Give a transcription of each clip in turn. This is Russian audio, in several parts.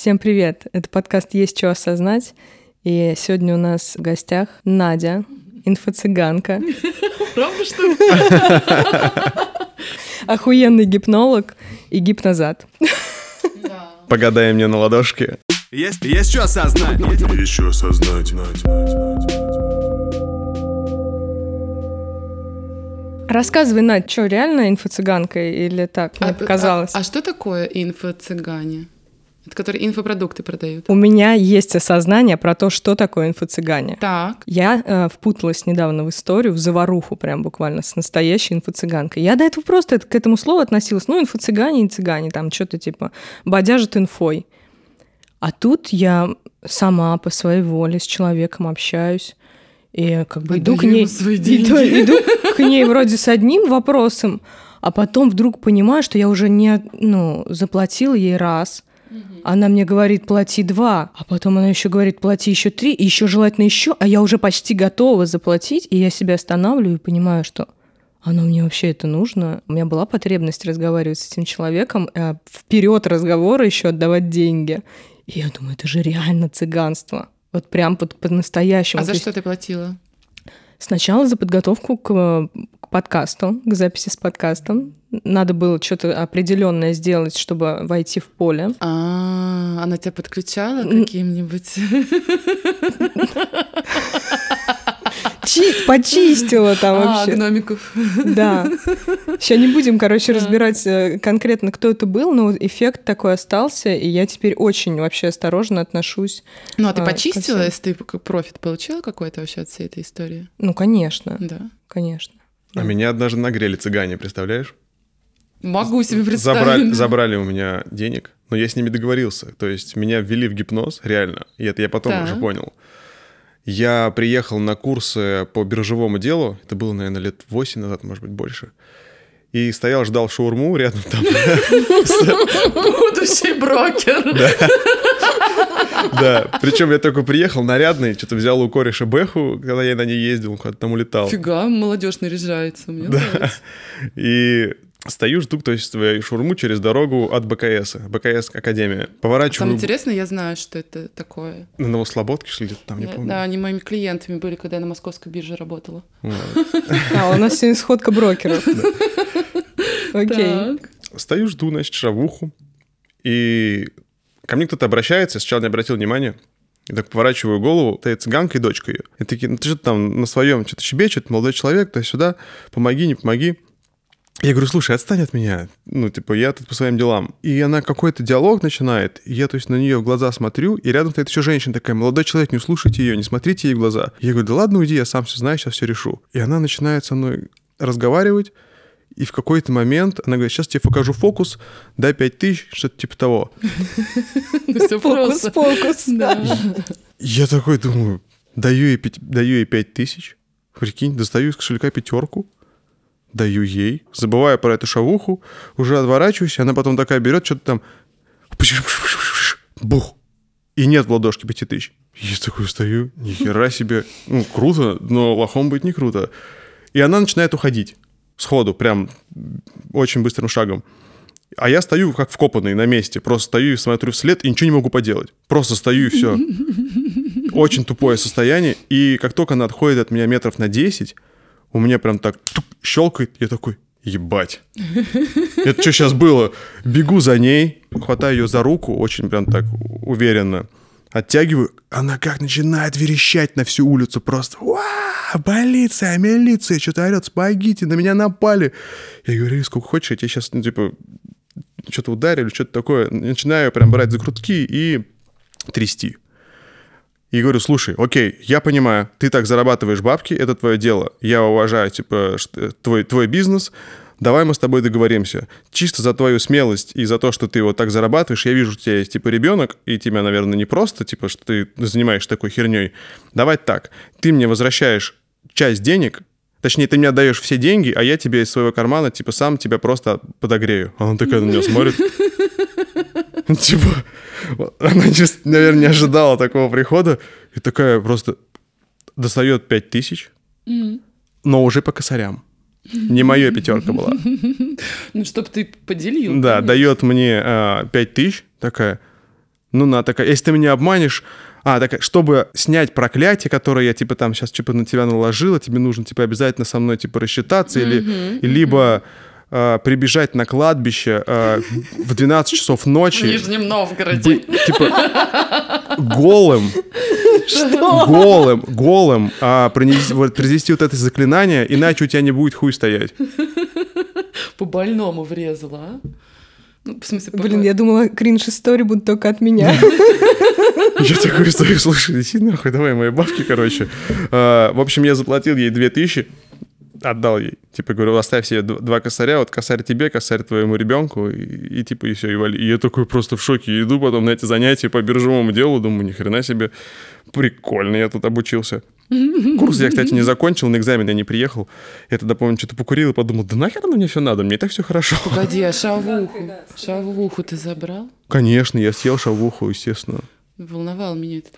Всем привет! Это подкаст «Есть что осознать». И сегодня у нас в гостях Надя, инфо-цыганка. Правда, что ли? Охуенный гипнолог и гипнозад. Погадай мне на ладошке. Есть что осознать. Есть что осознать. Рассказывай, Надь, что, реально инфо-цыганка или так? Мне показалось. А что такое инфо-цыгане? Это которые инфопродукты продают. У меня есть осознание про то, что такое инфо-цыгане. Так. Я впуталась недавно в историю, в заваруху прям буквально с настоящей инфо-цыганкой. Я до этого просто к этому слову относилась. Ну, инфо-цыгане и цыгане, там что-то типа бодяжат инфой. А тут я сама по своей воле с человеком общаюсь. И как бы иду к ней вроде с одним вопросом, а потом вдруг понимаю, что я уже заплатила ей раз. Она мне говорит, плати 2, а потом она еще говорит, плати еще 3, и еще желательно еще, а я уже почти готова заплатить, и я себя останавливаю и понимаю, что оно мне вообще это нужно. У меня была потребность разговаривать с этим человеком, вперед разговора еще отдавать деньги. И я думаю, это же реально цыганство. Вот прям по-настоящему. А за что ты платила? Сначала за подготовку к подкасту, к записи с подкастом. Надо было что-то определенное сделать, чтобы войти в поле. Она тебя подключала каким-нибудь? Почистила там вообще. Гномиков. Да. Сейчас не будем, разбирать конкретно, кто это был, но эффект такой остался, и я теперь очень вообще осторожно отношусь. Ну, а ты почистила, если ты профит получила какой-то вообще от всей этой истории? Ну, конечно. Да. Конечно. А меня однажды нагрели цыгане, представляешь? Могу себе представить. Забрали у меня денег, но я с ними договорился. То есть меня ввели в гипноз, реально. И это я потом уже понял. Я приехал на курсы по биржевому делу. Это было, наверное, лет 8 назад, может быть, больше. И стоял, ждал шаурму рядом там. Будущий брокер. Да, причем я только приехал нарядный, что-то взял у кореша бэху, когда я на ней ездил, куда-то там улетал. Фига, молодежь наряжается, мне нравится. И стою, жду, то есть свою шаурму через дорогу от БКС. БКС Академия. Поворачиваю. Самое интересное, я знаю, что это такое. На Новослободке, что ли, где-то там, не помню. Да, они моими клиентами были, когда я на московской бирже работала. У нас сегодня сходка брокеров. Окей. Стою, жду, значит, шавуху. И ко мне кто-то обращается, сначала не обратил внимания. И так поворачиваю голову, это цыганка и дочка ее. И такие, ты что-то там на своем что-то щебечет, молодой человек, туда-сюда, помоги, не помоги. Я говорю, слушай, отстань от меня, я тут по своим делам. И она какой-то диалог начинает, и я, то есть, на нее в глаза смотрю, и рядом стоит еще женщина такая, молодой человек, не слушайте ее, не смотрите ей в глаза. Я говорю, да ладно, уйди, я сам все знаю, сейчас все решу. И она начинает со мной разговаривать, и в какой-то момент она говорит, сейчас тебе покажу фокус, дай 5000, что-то типа того. Фокус. Я такой думаю, даю ей 5000, прикинь, достаю из кошелька 5, даю ей, забываю про эту шавуху, уже отворачиваюсь, она потом такая берет, что-то там, бух, и нет в ладошке 5000. Я такой стою, нихера себе, круто, но лохом быть не круто. И она начинает уходить сходу, прям очень быстрым шагом. А я стою как вкопанный на месте, просто стою и смотрю вслед, и ничего не могу поделать. Просто стою и все. Очень тупое состояние, и как только она отходит от меня метров на 10, у меня прям так щелкает, я такой, ебать. Это что сейчас было? Бегу за ней, хватаю ее за руку, очень прям так уверенно, оттягиваю, она как начинает верещать на всю улицу, просто, полиция, милиция, что-то орет, помогите, на меня напали. Я говорю, сколько хочешь, я тебе сейчас, что-то ударили, что-то такое. Начинаю прям брать за грудки и трясти. И говорю, слушай, окей, я понимаю, ты так зарабатываешь бабки, это твое дело. Я уважаю, твой бизнес, давай мы с тобой договоримся. Чисто за твою смелость и за то, что ты вот так зарабатываешь, я вижу, у тебя есть, ребенок, и тебя, наверное, не просто, что ты занимаешься такой херней. Давай так, ты мне возвращаешь часть денег, точнее, ты мне отдаешь все деньги, а я тебе из своего кармана, сам тебя просто подогрею. А он такая на меня смотрит. Она, наверное, не ожидала такого прихода. И такая просто достает 5000, но уже по косарям. Не моя 5 была. Ну, чтоб ты поделил. Да, дает мне 5000, такая, Ну, на такая, если ты меня обманешь... такая, чтобы снять проклятие, которое я, типа, там сейчас, типа, на тебя наложила, тебе нужно, типа, обязательно со мной, типа, рассчитаться, либо прибежать на кладбище в 12 часов ночи. В Нижнем Новгороде. Типа, голым. Что? Голым. Произвести вот это заклинание, иначе у тебя не будет хуй стоять. По больному врезала, а? Ну, в смысле, Блин, я думала, кринж-истории будут только от меня. Я такой стою, слушай, иди нахуй, давай мои бабки, короче. В общем, я заплатил ей 2000, отдал ей. Типа, говорю, оставь себе 2 косаря, вот косарь тебе, косарь твоему ребенку, и типа, и все, и вали. И я такой просто в шоке. Иду потом на эти занятия по биржевому делу, думаю, ни хрена себе, прикольно, я тут обучился. Курс я, кстати, не закончил, на экзамен я не приехал. Я тогда, помню, что-то покурил и подумал, да нахер мне все надо, мне и так все хорошо. Погоди, а шавуху ты забрал? Конечно, я съел шавуху, естественно. Волновал меня этот.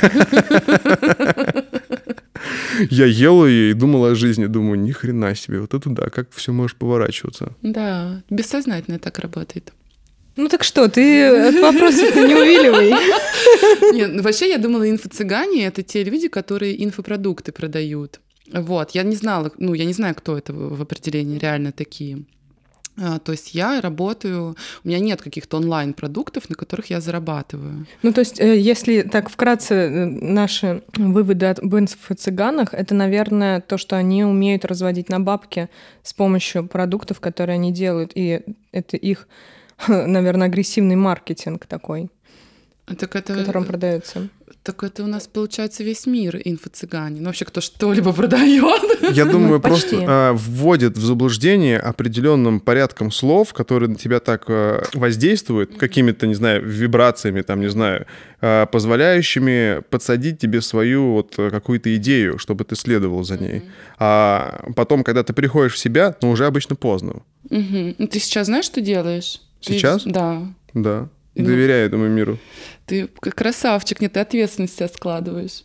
Я ел ее и думал о жизни. Думаю, ни хрена себе, вот это да, как все можешь поворачиваться. Да, бессознательно так работает. Ну так что, ты от вопросов-то не увиливай. Нет, ну вообще я думала, инфо-цыгане — это те люди, которые инфопродукты продают. Вот, я не знала, я не знаю, кто это в определении реально такие. То есть я работаю, у меня нет каких-то онлайн-продуктов, на которых я зарабатываю. Ну, то есть, если так вкратце наши выводы об инфо-цыганах, это, наверное, то, что они умеют разводить на бабки с помощью продуктов, которые они делают, и это их, наверное, агрессивный маркетинг такой, так это, в котором продается. Так это у нас, получается, весь мир инфо-цыгане. Ну, вообще, кто что-либо продает. Я думаю, почти. просто вводит в заблуждение определенным порядком слов, которые на тебя так воздействуют, какими-то, не знаю, вибрациями, там, не знаю, позволяющими подсадить тебе свою вот какую-то идею, чтобы ты следовал за ней. А потом, когда ты приходишь в себя, уже обычно поздно. Ну, ты сейчас знаешь, что делаешь? Сейчас? Да. Да. Доверяю этому миру. Ты красавчик, нет, ты ответственность себя складываешь.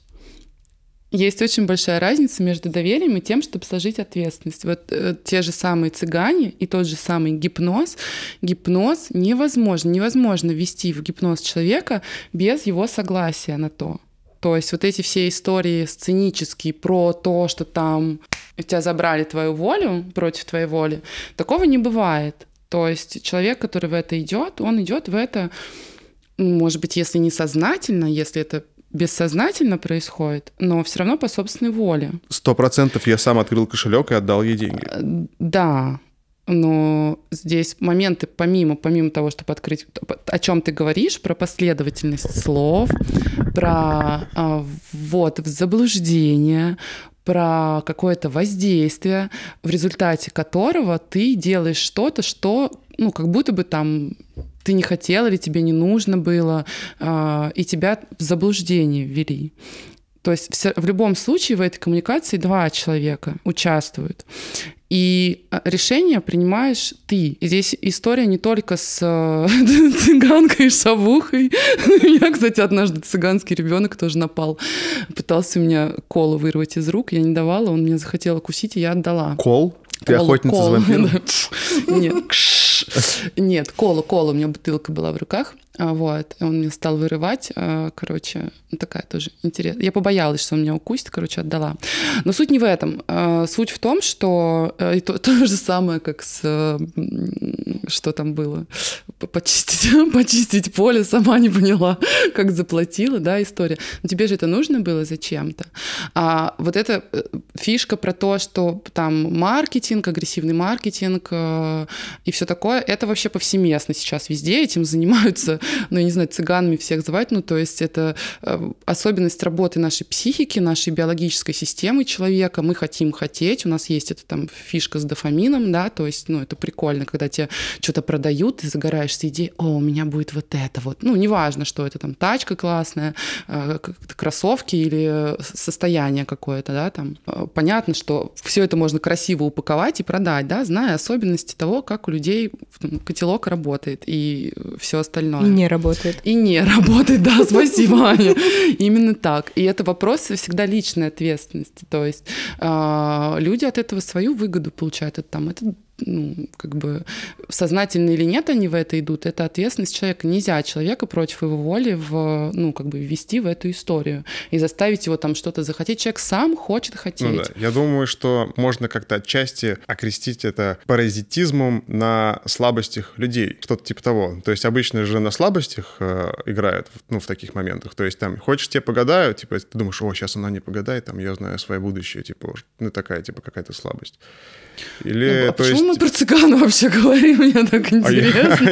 Есть очень большая разница между доверием и тем, чтобы сложить ответственность. Вот те же самые цыгане и тот же самый гипноз. Гипноз невозможно. Невозможно ввести в гипноз человека без его согласия на то. То есть вот эти все истории сценические про то, что там у тебя забрали твою волю против твоей воли, такого не бывает. То есть человек, который в это идет, он идет в это, может быть, если не сознательно, если это бессознательно происходит, но все равно по собственной воле. 100% я сам открыл кошелек и отдал ей деньги. Да, но здесь моменты, помимо того, чтобы открыть, о чем ты говоришь, про последовательность слов, про ввод в заблуждение, про какое-то воздействие, в результате которого ты делаешь что-то, что, как будто бы там ты не хотел или тебе не нужно было, и тебя в заблуждение ввели. То есть в любом случае в этой коммуникации 2 человека участвуют. И решение принимаешь ты. И здесь история не только с цыганкой и шавухой. Я, кстати, однажды цыганский ребенок тоже напал. Пытался у меня колу вырвать из рук. Я не давала, он меня захотел укусить, и я отдала. Кол? Ты охотница за вампиром? Нет, кола. У меня бутылка была в руках. Вот, и он меня стал вырывать, короче, такая тоже интересная. Я побоялась, что он меня укусит, отдала. Но суть не в этом. Суть в том, что то же самое, как с... Что там было? Почистить поле, сама не поняла, как заплатила, да, история. Но тебе же это нужно было зачем-то. А вот эта фишка про то, что там маркетинг, агрессивный маркетинг и все такое, это вообще повсеместно сейчас везде этим занимаются. Я не знаю, цыганами всех звать, то есть это особенность работы нашей психики, нашей биологической системы человека. Мы хотим хотеть, у нас есть эта там фишка с дофамином, да, то есть, это прикольно, когда тебе что-то продают, ты загораешься идеей, у меня будет вот это вот. Неважно, что это там, тачка классная, кроссовки или состояние какое-то, да, там. Понятно, что все это можно красиво упаковать и продать, да, зная особенности того, как у людей котелок работает и все остальное. Не работает. И не работает, да, спасибо, Аня. Именно так. И это вопрос всегда личной ответственности. То есть люди от этого свою выгоду получают. Это как бы сознательно или нет они в это идут, это ответственность человека. Нельзя человека против его воли как бы ввести в эту историю и заставить его там что-то захотеть. Человек сам хочет хотеть. Ну да. Я думаю, что можно как-то отчасти окрестить это паразитизмом на слабостях людей. Что-то типа того. То есть обычно же на слабостях играют, в таких моментах. То есть там, хочешь, тебе погадаю, типа, ты думаешь, сейчас она не погадает, там, я знаю свое будущее, типа, такая, типа, какая-то слабость. Или, почему мы про цыган вообще говорим? Мне так интересно.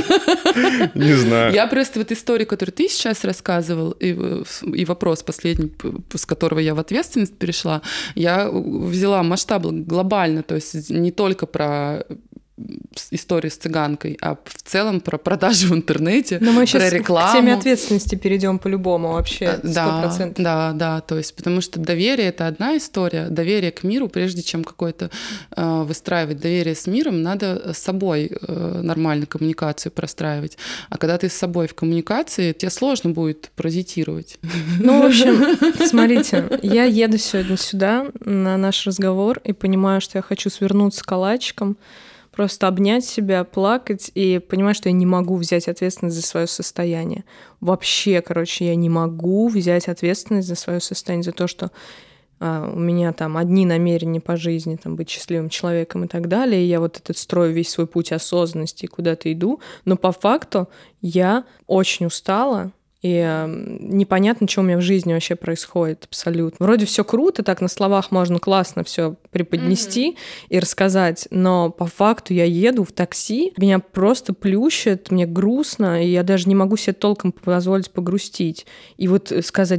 Не знаю. Я просто вот историю, которую ты сейчас рассказывал, и вопрос последний, с которого я в ответственность перешла, я взяла масштаб глобально, то есть не только про историю с цыганкой, а в целом про продажи в интернете, но мы про рекламу. К теме ответственности перейдем по-любому вообще, 100%. Да, то есть потому что доверие — это одна история, доверие к миру, прежде чем какое-то выстраивать доверие с миром, надо с собой нормально коммуникацию простраивать. А когда ты с собой в коммуникации, тебе сложно будет паразитировать. Ну, в общем, смотрите, я еду сегодня сюда на наш разговор и понимаю, что я хочу свернуться калачиком, просто обнять себя, плакать и понимать, что я не могу взять ответственность за свое состояние. Вообще, я не могу взять ответственность за свое состояние, за то, что у меня там одни намерения по жизни, там, быть счастливым человеком и так далее, и я вот строю весь свой путь осознанности и куда-то иду, но по факту я очень устала, и непонятно, что у меня в жизни вообще происходит абсолютно. Вроде все круто, так на словах можно классно все преподнести и рассказать, но по факту я еду в такси, меня просто плющит, мне грустно, и я даже не могу себе толком позволить погрустить. И вот сказать,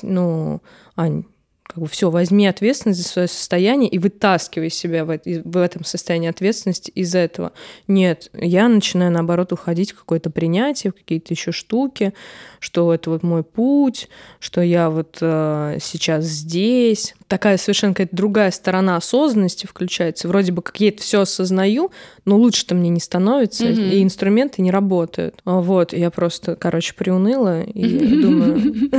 Ань, все, возьми ответственность за свое состояние и вытаскивай себя в этом состоянии ответственности из этого. Нет, я начинаю, наоборот, уходить в какое-то принятие, в какие-то еще штуки, что это вот мой путь, что я вот сейчас здесь. Такая совершенно какая-то другая сторона осознанности включается. Вроде бы как я это все осознаю, но лучше-то мне не становится, и инструменты не работают. Вот, я просто, приуныла и думаю...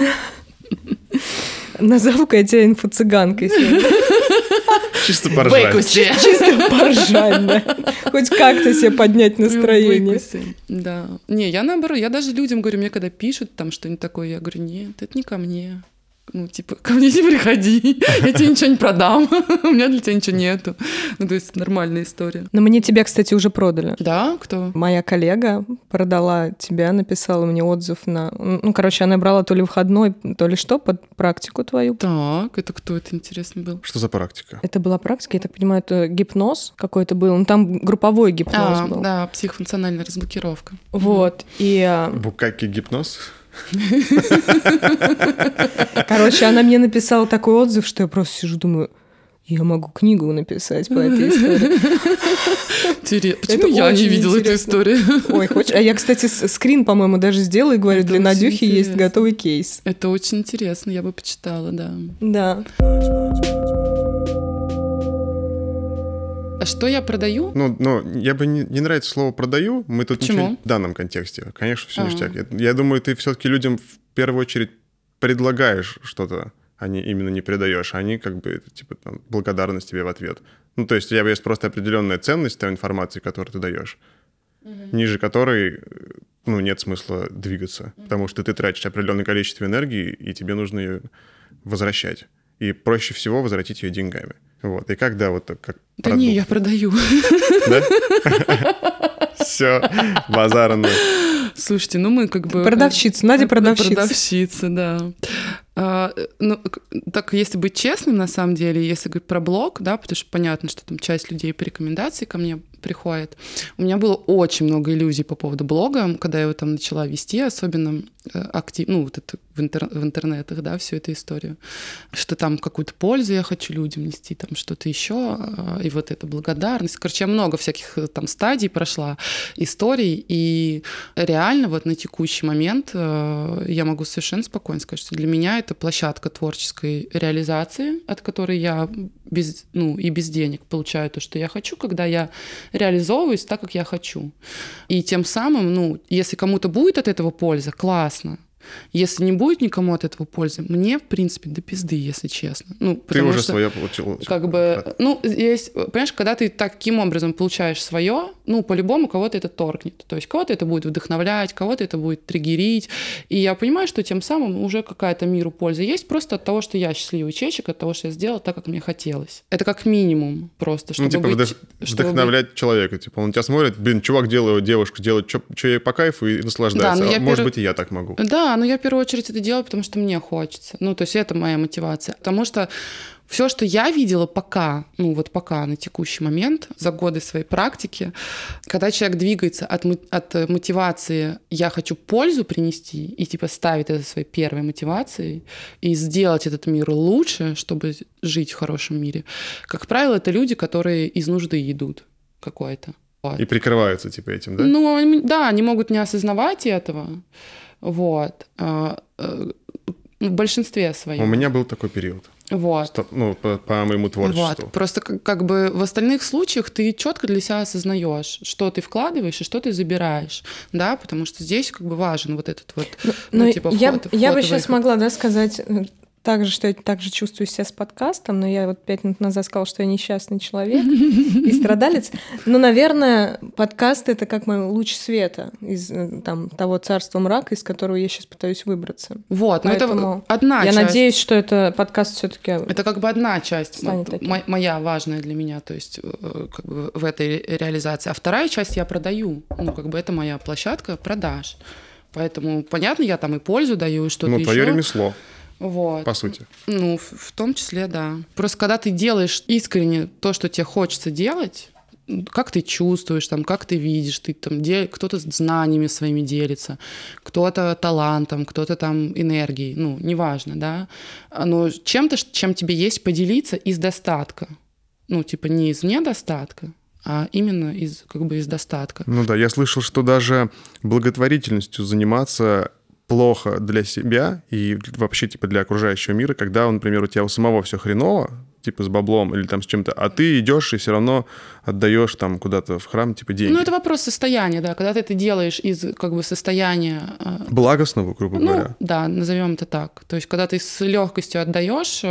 Назову-ка я тебя инфо-цыганкой сегодня. Чисто поржать. Чисто поржать, да. Хоть как-то себе поднять настроение. Да. Не, я наоборот, я даже людям говорю, мне когда пишут там что-нибудь такое, я говорю, нет, это не ко мне. Ко мне не приходи, я тебе ничего не продам, у меня для тебя ничего нету. То есть нормальная история. Но мне тебя, кстати, уже продали. Да? Кто? Моя коллега продала тебя, написала мне отзыв на... она брала то ли выходной, то ли что, под практику твою. Так, это кто это, интересно, был? Что за практика? Это была практика, я так понимаю, это гипноз какой-то был. Там групповой гипноз был. Да, психофункциональная разблокировка. Вот, и... Букаки гипноз? Она мне написала такой отзыв, что я просто сижу, думаю, я могу книгу написать по этой истории. Почему я не видела эту историю? Ой, хочешь? А я, кстати, скрин, по-моему, даже сделала и говорю, для Надюхи есть готовый кейс. Это очень интересно, я бы почитала, да. Да. А что я продаю? Я бы не нравится слово «продаю». Мы тут ничего в данном контексте. Конечно, все ништяк. Я думаю, ты все-таки людям в первую очередь предлагаешь что-то, а не именно не предаешь. Они благодарность тебе в ответ. То есть у тебя есть просто определенная ценность той информации, которую ты даешь, ниже которой нет смысла двигаться, потому что ты тратишь определенное количество энергии, и тебе нужно ее возвращать. И проще всего возвратить ее деньгами. Вот. И когда вот так как... Да не, я продаю. Да? Все, базара ноль. Слушайте, мы Продавщица, Надя продавщица. Продавщица, да. Так, если быть честным, на самом деле, если говорить про блог, да, потому что понятно, что там часть людей по рекомендации ко мне приходит. У меня было очень много иллюзий по поводу блога, когда я его там начала вести, особенно активно, в интернетах, да, всю эту историю, что там какую-то пользу я хочу людям нести, там что-то еще, и вот эта благодарность. Короче, я много всяких там стадий прошла, историй, и реально вот на текущий момент я могу совершенно спокойно сказать, что для меня это площадка творческой реализации, от которой я без денег получаю то, что я хочу, когда я реализовываюсь так, как я хочу. И тем самым, если кому-то будет от этого польза, классно. Если не будет никому от этого пользы, мне, в принципе, до пизды, если честно. Ну, Ты уже что, свое получил. как бы, ну, есть, понимаешь, когда ты таким образом получаешь свое, ну, по-любому кого-то это торкнет. То есть кого-то это будет вдохновлять, кого-то это будет триггерить. И я понимаю, что тем самым уже какая-то миру польза есть просто от того, что я счастливый чечек, от того, что я сделала так, как мне хотелось. Это как минимум просто, чтобы быть... вдохновлять человека. Типа он тебя смотрит, блин, чувак делает, девушка делает, что ей по кайфу и наслаждается. Да, может быть, и я так могу. Да, но я в первую очередь это делаю, потому что мне хочется. Ну, то есть это моя мотивация. Потому что все, что я видела пока, ну вот пока на текущий момент, за годы своей практики, когда человек двигается от мотивации «я хочу пользу принести» и типа ставит это своей первой мотивацией и сделать этот мир лучше, чтобы жить в хорошем мире, как правило, это люди, которые из нужды идут какой-то. Вот. И прикрываются типа этим, да? Ну, да, они могут не осознавать этого. Вот. В большинстве своем. У меня был такой период. Вот. Ну, по моему творчеству. Вот. Просто как бы в остальных случаях ты четко для себя осознаешь, что ты вкладываешь и что ты забираешь, да, потому что здесь как бы важен вот этот вот, типа, вход. Я бы сейчас могла, да, сказать так же, что я так же чувствую себя с подкастом, но я вот 5 минут назад сказала, что я несчастный человек и страдалец. Но, наверное, подкаст — это как мой луч света из там, того царства мрака, из которого я сейчас пытаюсь выбраться. Вот, но это одна часть. Я надеюсь, что это подкаст все-таки. Это как бы одна часть моя важная для меня, то есть как бы в этой реализации. А вторая часть я продаю. Ну, как бы это моя площадка продаж. Поэтому, понятно, я там и пользу даю, и что-то еще. Ну, твое ремесло. Вот. По сути. Ну, в том числе, да. Просто когда ты делаешь искренне то, что тебе хочется делать, как ты чувствуешь, там, как ты видишь, ты там кто-то знаниями своими делится, кто-то талантом, кто-то там энергией, ну, неважно, да. Но чем-то, чем тебе есть поделиться из достатка. Ну, типа не из недостатка, а именно из, как бы из достатка. Ну да, я слышал, что даже благотворительностью заниматься плохо для себя и вообще типа для окружающего мира, когда, например, у тебя у самого все хреново, типа с баблом или там с чем-то, а ты идешь и все равно отдаешь там куда-то в храм типа деньги. Ну это вопрос состояния, да, когда ты это делаешь из как бы состояния благостного, грубо говоря. Да, назовем это так. То есть когда ты с легкостью отдаешь,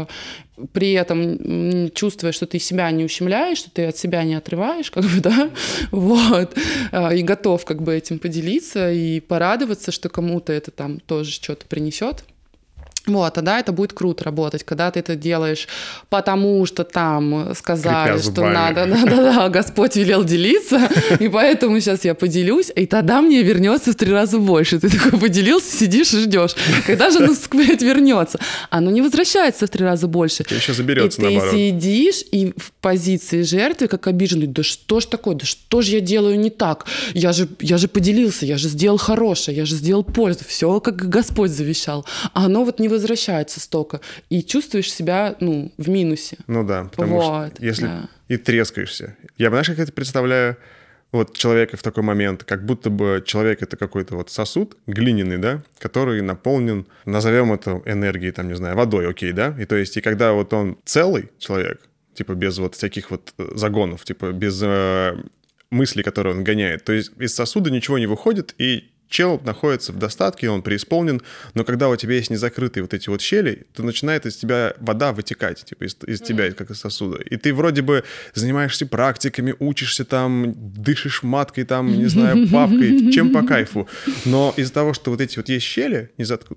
при этом чувствуя, что ты себя не ущемляешь, что ты от себя не отрываешь, как бы, да, вот, и готов как бы этим поделиться и порадоваться, что кому-то это там тоже что-то принесет. Вот, тогда это будет круто работать, когда ты это делаешь, потому что там сказали, что надо, да, Господь велел делиться, и поэтому сейчас я поделюсь, и тогда мне вернется в 3 раза больше. Ты такой поделился, сидишь и ждешь. Когда же оно, блядь, вернется? Оно не возвращается в 3 раза больше. И еще заберется, и ты наоборот. сидишь и в позиции жертвы, как обиженный, да что ж такое, да что же я делаю не так? Я же поделился, я же сделал хорошее, я же сделал пользу, все как Господь завещал. А оно вот не возвращается столько, и чувствуешь себя, ну, в минусе. Ну да, потому что если и трескаешься. Я, знаешь, как это представляю, вот человека в такой момент, как будто бы человек — это какой-то вот сосуд глиняный, да, который наполнен, назовем это энергией, там, не знаю, водой, окей, да, и то есть, и когда вот он целый человек, типа без вот всяких вот загонов, типа без мыслей, которые он гоняет, то есть из сосуда ничего не выходит, и чел находится в достатке, он преисполнен, но когда у тебя есть незакрытые вот эти вот щели, то начинает из тебя вода вытекать, типа из тебя, как из сосуда. И ты вроде бы занимаешься практиками, учишься там, дышишь маткой там, не знаю, папкой, чем по кайфу. Но из-за того, что вот эти вот есть щели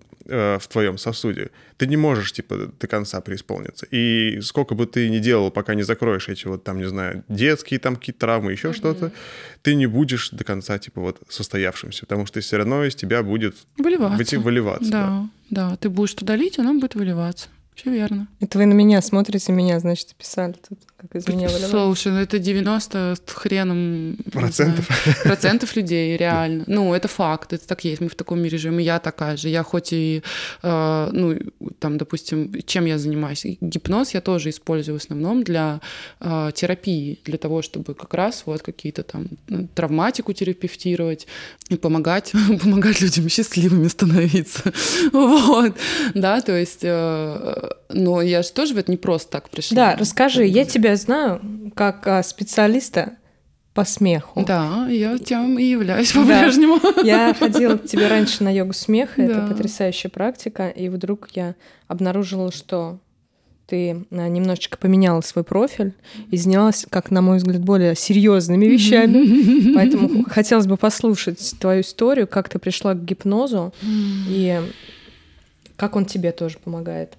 в твоем сосуде, ты не можешь, типа, до конца преисполниться. И сколько бы ты ни делал, пока не закроешь эти вот там, не знаю, детские там какие-то травмы, еще что-то, ты не будешь до конца, типа, вот состоявшимся, потому что все равно из тебя будет выливаться. Да, ты будешь туда лить, оно будет выливаться. Все верно. Это вы на меня смотрите, меня, значит, писали тут, как из меня выливается. Слушай, ну это 90 с хреном процентов людей, реально. Ну, это факт, это так есть, мы в таком мире живем, и я такая же. Я хоть и, ну, там, допустим, чем я занимаюсь? Гипноз я тоже использую в основном для терапии, для того, чтобы как раз вот какие-то там травматику терапевтировать и помогать людям счастливыми становиться. Вот, да, то есть... Но я же тоже в это не просто так пришла. Да, расскажи, я тебя знаю как специалиста по смеху. Да, я тем и являюсь по-прежнему. Я ходила к тебе раньше на йогу смеха, это Да. потрясающая практика, и вдруг я обнаружила, что ты немножечко поменяла свой профиль и занялась, как на мой взгляд, более серьезными вещами. Поэтому хотелось бы послушать твою историю, как ты пришла к гипнозу и как он тебе тоже помогает.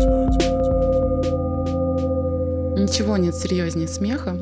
Ничего нет серьезнее смеха.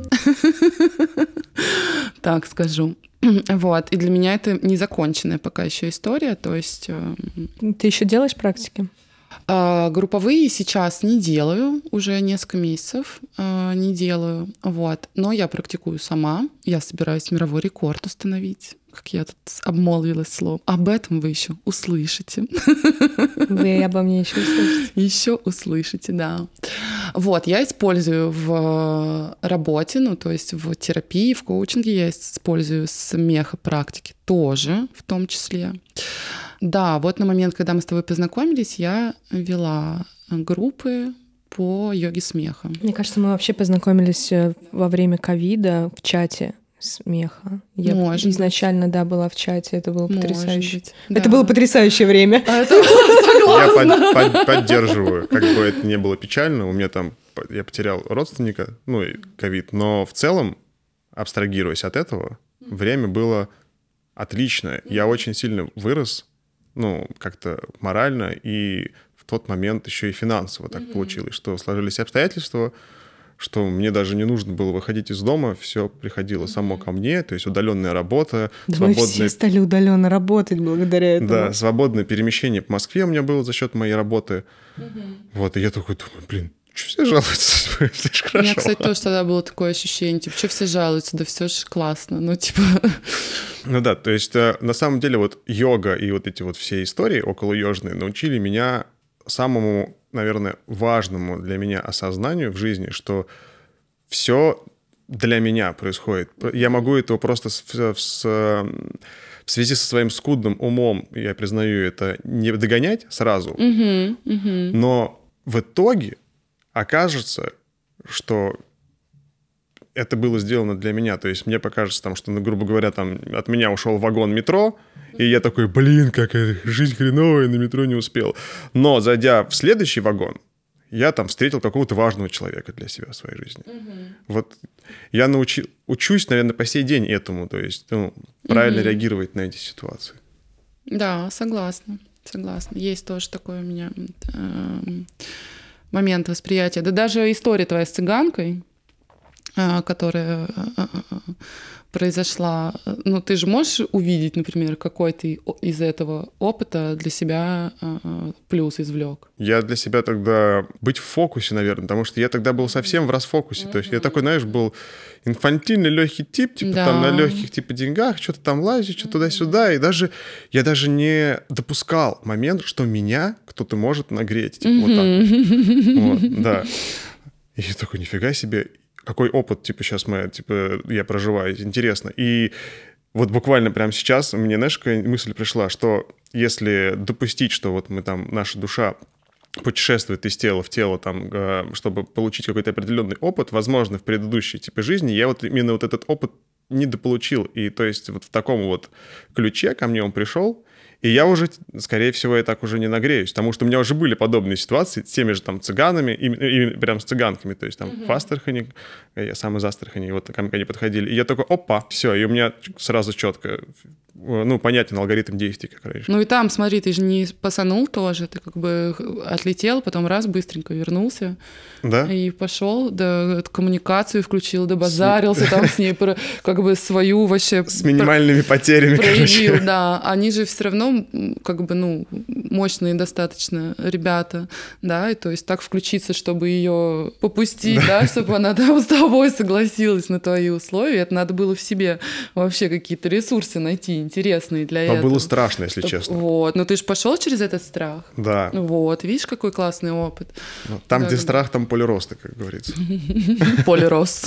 Так скажу. Вот. И для меня это незаконченная пока еще история. То есть Ты еще делаешь практики? групповые сейчас не делаю, уже несколько месяцев не делаю. Вот. Но я практикую сама. Я собираюсь мировой рекорд установить. Как я тут обмолвилась словом. Об этом вы еще услышите. Вы обо мне еще услышите. Еще услышите, да. Вот, я использую в работе, ну, то есть в терапии, в коучинге я использую смехопрактики тоже, в том числе. Да, вот на момент, когда мы с тобой познакомились, я вела группы по йоге смеха. Мне кажется, мы вообще познакомились во время ковида в чате смеха. Я Может изначально, да, была в чате, это было потрясающе. быть, да. Это было потрясающее время. Я поддерживаю. Как бы это не было печально, у меня там, я потерял родственника, ну и ковид, но в целом, абстрагируясь от этого, время было отличное. Я очень сильно вырос, ну, как-то морально, и в тот момент еще и финансово так получилось, что сложились обстоятельства, что мне даже не нужно было выходить из дома, все приходило само ко мне, то есть удаленная работа, Да мы все стали удаленно работать благодаря этому. Да, свободное перемещение по Москве у меня было за счет моей работы. Вот, и я такой думаю, блин, что все жалуются? Все ж У хорошо. меня, кстати, тоже тогда было такое ощущение, типа, что все жалуются, да все же классно, ну, типа... Ну да, то есть на самом деле вот йога и вот эти вот все истории околойожные научили меня самому, наверное, важному для меня осознанию в жизни, что все для меня происходит. Я могу этого просто в связи со своим скудным умом, я признаю это, не догонять сразу, но в итоге окажется, что это было сделано для меня. То есть мне покажется, там, что, ну, грубо говоря, там, от меня ушел вагон метро, и я такой, блин, какая жизнь хреновая, на метро не успел. Но, зайдя в следующий вагон, я там встретил какого-то важного человека для себя в своей жизни. Вот я учусь, наверное, по сей день этому, то есть, ну, правильно реагировать на эти ситуации. Да, согласна. Есть тоже такой у меня момент восприятия. Да даже история твоя с цыганкой, которая произошла, ну, ты же можешь увидеть, например, какой ты из этого опыта для себя плюс извлек? Я для себя тогда быть в фокусе, наверное, потому что я тогда был совсем в расфокусе. То есть я такой, знаешь, был инфантильный легкий тип, типа там на легких типа деньгах, что-то там лазить, что-то туда-сюда. И я даже не допускал момент, что меня кто-то может нагреть. Типа вот так. Вот, да. И я такой, нифига себе. Какой опыт, типа, сейчас я проживаю, интересно. И вот буквально прямо сейчас мне, знаешь, какая мысль пришла, что если допустить, что вот мы там, наша душа путешествует из тела в тело, там, чтобы получить какой-то определенный опыт, возможно, в предыдущей типа жизни я вот именно вот этот опыт недополучил. И то есть вот в таком вот ключе ко мне он пришел, и я уже, скорее всего, я так уже не нагреюсь, потому что у меня уже были подобные ситуации с теми же там цыганами, и прям с цыганками, то есть там в Астрахани, я сам из Астрахани, вот ко мне подходили, и я такой, опа, все, и у меня сразу четко, ну, понятен алгоритм действий, как раньше. Ну и там, смотри, ты же не пасанул тоже, ты как бы отлетел, потом раз, быстренько вернулся. Да? И пошел, да, коммуникацию включил, да, базарился там с ней, как бы свою вообще... С минимальными потерями, проявил, короче. да. Они же все равно, как бы, ну, мощные достаточно ребята, да, и то есть так включиться, чтобы ее попустить, да, чтобы она там с тобой согласилась на твои условия, это надо было в себе вообще какие-то ресурсы найти интересные для этого. Было страшно, если честно. Вот, но ты же пошел через этот страх. Да. Вот, видишь, какой классный опыт. Там, да, где да. страх, там поле роста, как говорится. Поле рост.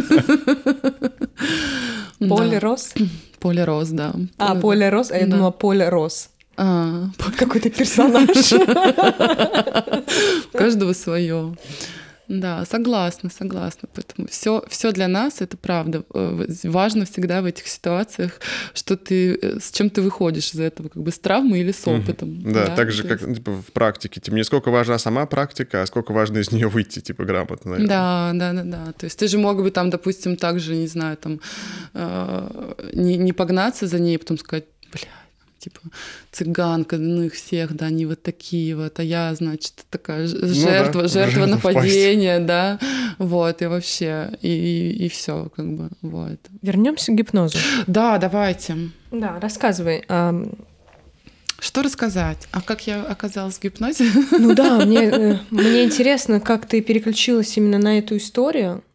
Поле рос? Поле рост, да. Поле рос, а я думала поле рос. Какой-то персонаж. У каждого свое. Да, согласна. Поэтому все для нас это правда. Важно всегда в этих ситуациях, что ты с чем ты выходишь из этого, как бы с травмой или с опытом. Да, так же, как типа, в практике. Типа, не сколько важна сама практика, а сколько важно из нее выйти, типа, грамотно. Наверное. Да. То есть ты же мог бы там, допустим, также, не знаю, там не погнаться за ней, потом сказать, типа, цыганка, ну их всех, да, они вот такие вот, а я, значит, такая жертва нападения, да, вот, и вообще, и все, как бы, вот. Вернемся к гипнозу. Да, давайте. Да, рассказывай. Что рассказать? А как я оказалась в гипнозе? Ну да, мне интересно, как ты переключилась именно на эту историю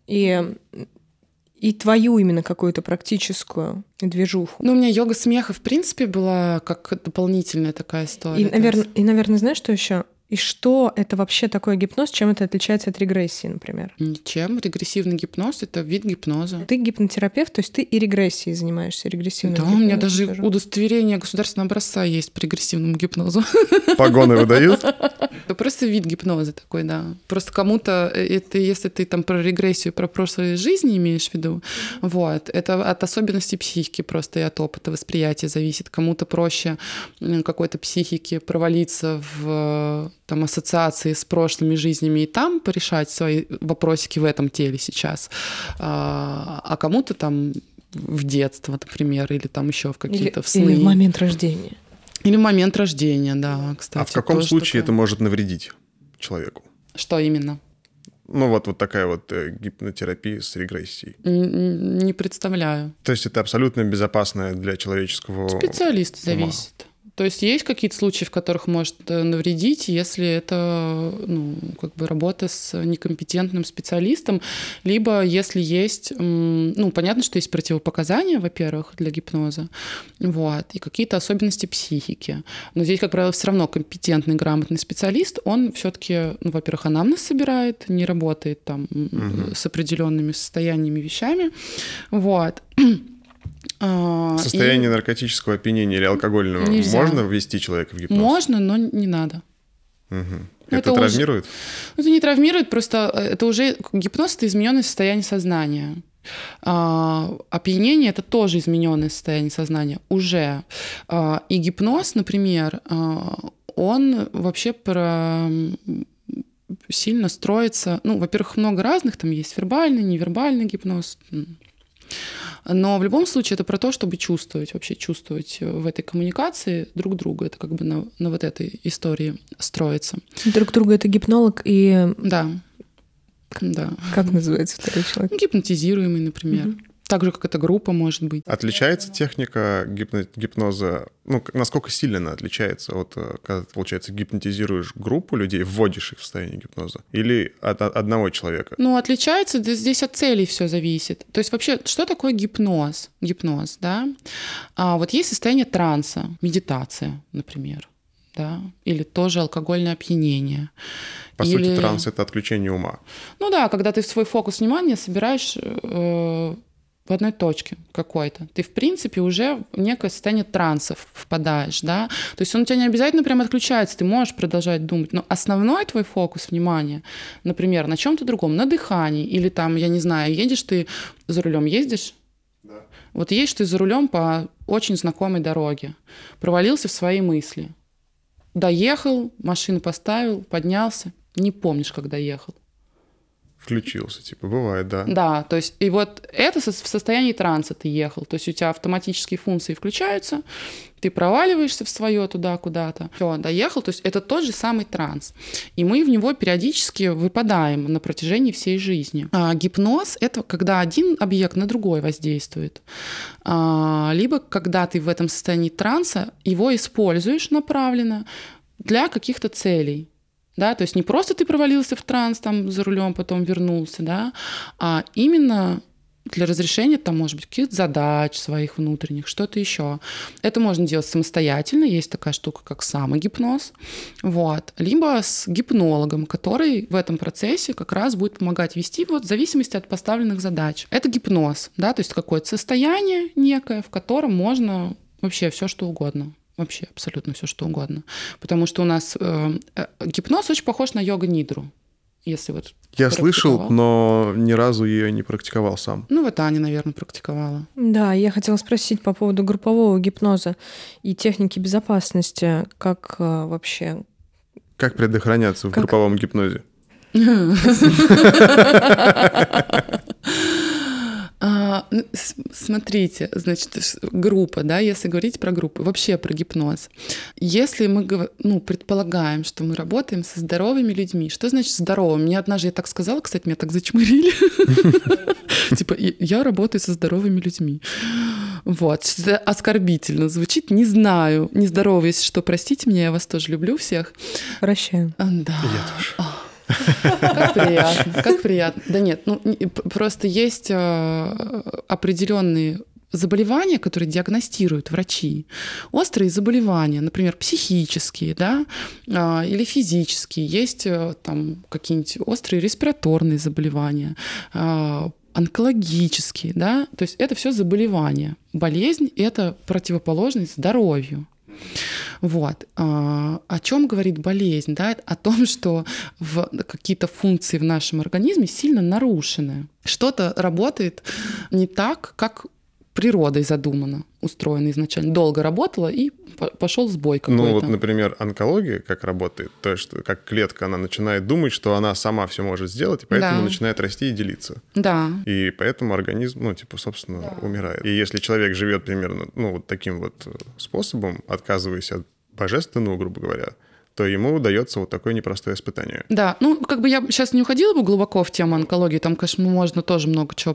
и твою именно какую-то практическую движуху. Ну, у меня йога смеха, в принципе, была как дополнительная такая история. И, наверное, знаешь, что еще? И что это вообще такое гипноз? Чем это отличается от регрессии, например? Ничем. Регрессивный гипноз — это вид гипноза. Ты гипнотерапевт, то есть ты и регрессией занимаешься, регрессивным гипнозом. Да, у меня даже удостоверение государственного образца есть по регрессивному гипнозу. Погоны выдают? Это просто вид гипноза такой, да. Просто кому-то, это, если ты там про регрессию, про прошлые жизни имеешь в виду, вот, это от особенностей психики просто и от опыта восприятия зависит. Кому-то проще какой-то психике провалиться в там, ассоциации с прошлыми жизнями и там порешать свои вопросики в этом теле сейчас, а кому-то там в детство, например, или там еще в какие-то в сны. Или в момент рождения. Или в момент рождения, да, кстати. А в каком случае это может навредить человеку? Что именно? Ну, вот такая вот гипнотерапия с регрессией. Не представляю. То есть это абсолютно безопасная для человеческого Специалист ума. зависит. То есть есть какие-то случаи, в которых может навредить, если это как бы работа с некомпетентным специалистом, либо если есть, понятно, что есть противопоказания, во-первых, для гипноза, вот, и какие-то особенности психики. Но здесь, как правило, все равно компетентный, грамотный специалист, он все-таки, во-первых, анамнез собирает, не работает там с определенными состояниями, вещами, вот. Состояние наркотического опьянения или алкогольного нельзя. Можно ввести человека в гипноз? Можно, но не надо. Угу. Это травмирует? Это не травмирует, просто это уже гипноз — это измененное состояние сознания. Опьянение — это тоже измененное состояние сознания уже. И гипноз, например, он вообще сильно строится. Во-первых, много разных, там есть вербальный, невербальный гипноз. Но в любом случае это про то, чтобы чувствовать в этой коммуникации друг друга. Это как бы на вот этой истории строится. Друг друга — это гипнолог и... Да. Как называется второй человек? Гипнотизируемый, например. Так же, как эта группа может быть. Отличается техника гипноза? Насколько сильно она отличается от, когда ты, получается, гипнотизируешь группу людей, вводишь их в состояние гипноза? Или от одного человека? Отличается, здесь от целей все зависит. То есть вообще, что такое гипноз? Гипноз, да? Вот есть состояние транса, медитация, например, да? Или тоже алкогольное опьянение. По сути, транс — это отключение ума. Когда ты свой фокус внимания собираешь в одной точке какой-то. Ты, в принципе, уже в некое состояние транса впадаешь, да. То есть он у тебя не обязательно прям отключается, ты можешь продолжать думать, но основной твой фокус внимания, например, на чем-то другом, на дыхании, или там, я не знаю, едешь ты за рулем, ездишь? Да. Вот едешь ты за рулем по очень знакомой дороге, провалился в свои мысли. Доехал, машину поставил, поднялся, не помнишь, когда ехал. Включился, бывает, да. Да, то есть и вот это в состоянии транса ты ехал, то есть у тебя автоматические функции включаются, ты проваливаешься в свое туда куда-то, все, доехал, то есть это тот же самый транс, и мы в него периодически выпадаем на протяжении всей жизни. Гипноз — это когда один объект на другой воздействует, либо когда ты в этом состоянии транса его используешь направленно для каких-то целей. Да, то есть не просто ты провалился в транс там за рулем, потом вернулся, да, а именно для разрешения там, может быть, каких-то задач своих внутренних, что-то еще. Это можно делать самостоятельно, есть такая штука, как самогипноз, вот, либо с гипнологом, который в этом процессе как раз будет помогать вести в зависимости от поставленных задач. Это гипноз, да, то есть какое-то состояние некое, в котором можно вообще все что угодно. Вообще абсолютно все что угодно. Потому что у нас гипноз очень похож на йога-нидру. если вот Я слышал, практиковал. но ни разу ее не практиковал сам. Ну, вот Аня, наверное, практиковала. Да, я хотела спросить по поводу группового гипноза и техники безопасности. Как вообще? Как предохраняться в Как? групповом гипнозе? Смотрите, значит, группа, да, если говорить про группу, вообще про гипноз. Если мы предполагаем, что мы работаем со здоровыми людьми, что значит здоровыми? Мне однажды я так сказала, кстати, меня так зачмырили. Типа, я работаю со здоровыми людьми. Вот, что оскорбительно звучит, не знаю. Нездоровые, если что, простите меня, я вас тоже люблю всех. Прощаю. Да. Я тоже. Как приятно, как приятно. Да нет, просто есть определенные заболевания, которые диагностируют врачи. Острые заболевания, например, психические, да, или физические. Есть там какие-нибудь острые респираторные заболевания, онкологические, да. То есть это все заболевания. Болезнь — это противоположность здоровью. Вот. О чем говорит болезнь? Да? О том, что какие-то функции в нашем организме сильно нарушены. Что-то работает не так, как природой задумано, устроено изначально. Долго работало, и пошел сбой какой-то. Ну вот, например, онкология как работает, то есть как клетка, она начинает думать, что она сама все может сделать, и поэтому начинает расти и делиться. Да. И поэтому организм, собственно, умирает. И если человек живет примерно, вот таким вот способом, отказываясь от божественного, грубо говоря, то ему удается вот такое непростое испытание. Да, я сейчас не уходила бы глубоко в тему онкологии, там, конечно, можно тоже много чего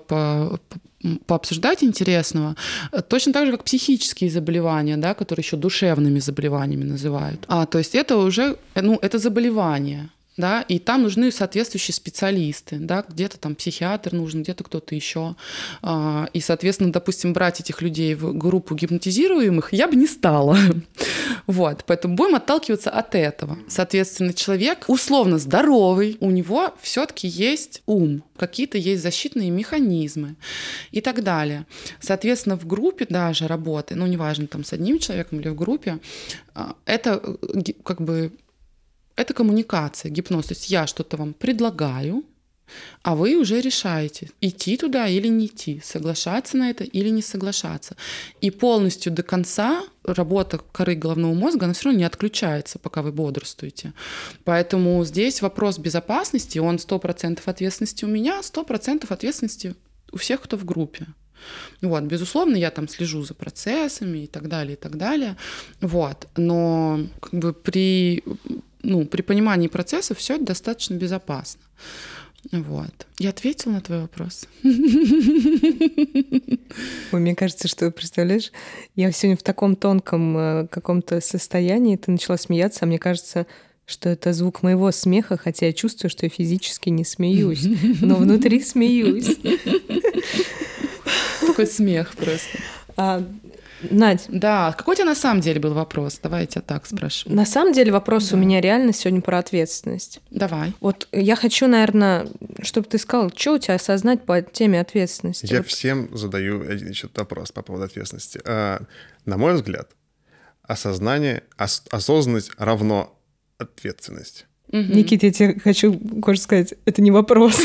пообсуждать интересного. Точно так же, как психические заболевания, да, которые еще душевными заболеваниями называют. То есть это уже, это заболевание. Да, и там нужны соответствующие специалисты, да, где-то там психиатр нужен, где-то кто-то еще. И, соответственно, допустим, брать этих людей в группу гипнотизируемых я бы не стала. Вот, поэтому будем отталкиваться от этого. Соответственно, человек условно здоровый, у него все-таки есть ум, какие-то есть защитные механизмы и так далее. Соответственно, в группе даже работы, неважно, там с одним человеком или в группе, это как бы это коммуникация, гипноз. То есть я что-то вам предлагаю, а вы уже решаете, идти туда или не идти, соглашаться на это или не соглашаться. И полностью до конца работа коры головного мозга, она все равно не отключается, пока вы бодрствуете. Поэтому здесь вопрос безопасности, он 100% ответственности у меня, 100% ответственности у всех, кто в группе. Вот, безусловно, я там слежу за процессами и так далее, и так далее. Вот. Но как бы при понимании процессов все это достаточно безопасно. Вот. Я ответила на твой вопрос. Мне кажется, что, представляешь, я сегодня в таком тонком каком-то состоянии, ты начала смеяться, а мне кажется, что это звук моего смеха, хотя я чувствую, что я физически не смеюсь, но внутри смеюсь. Такой смех просто. Надь. Да, какой у тебя на самом деле был вопрос? Давай я тебя так спрошу. На самом деле вопрос у меня реально сегодня про ответственность. Давай. Вот я хочу, наверное, чтобы ты сказал, что у тебя осознать по теме ответственности? Я всем задаю вопрос по поводу ответственности. На мой взгляд, осознанность равно ответственность. Никита, я тебе хочу кое-что сказать. Это не вопрос.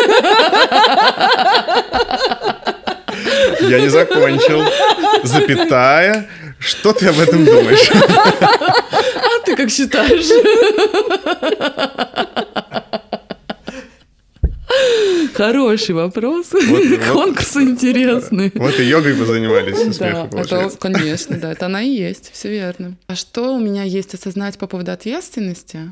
Я не закончил. Запятая. Что ты об этом думаешь? А ты как считаешь? Хороший вопрос. Конкурс интересный. Вот и йогой позанимались со смеху, получается. Конечно, да, это она и есть, все верно. А что у меня есть осознать по поводу ответственности?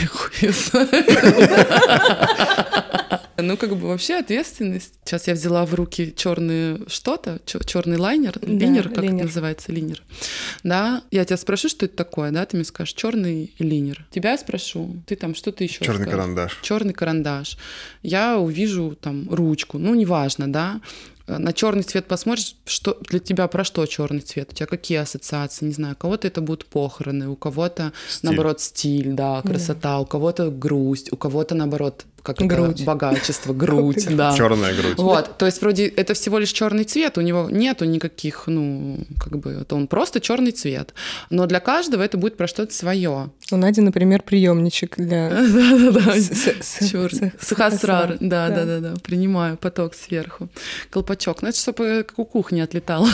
Вообще ответственность. Сейчас я взяла в руки черный лайнер, линер, как это называется, линер. Да, я тебя спрошу, что это такое, да, ты мне скажешь, черный линер. Тебя я спрошу, ты там что-то еще скажешь. Черный карандаш. Черный карандаш. Я увижу там ручку, неважно, да. На черный цвет посмотришь, что для тебя про что черный цвет? У тебя какие ассоциации? Не знаю, у кого-то это будут похороны, у кого-то, наоборот, стиль, да, красота, у кого-то грусть, у кого-то, наоборот, как это, Грудь. богачество, грудь, да. Черная грудь. Вот, то есть вроде это всего лишь черный цвет, у него нету никаких, это он просто черный цвет. Но для каждого это будет про что-то свое. У Нади, например, приемничек для... Да-да-да. Чёрт. Сахасрар. Да. Принимаю поток сверху. Колпачок. Ну, это чтобы как у кухни отлетало.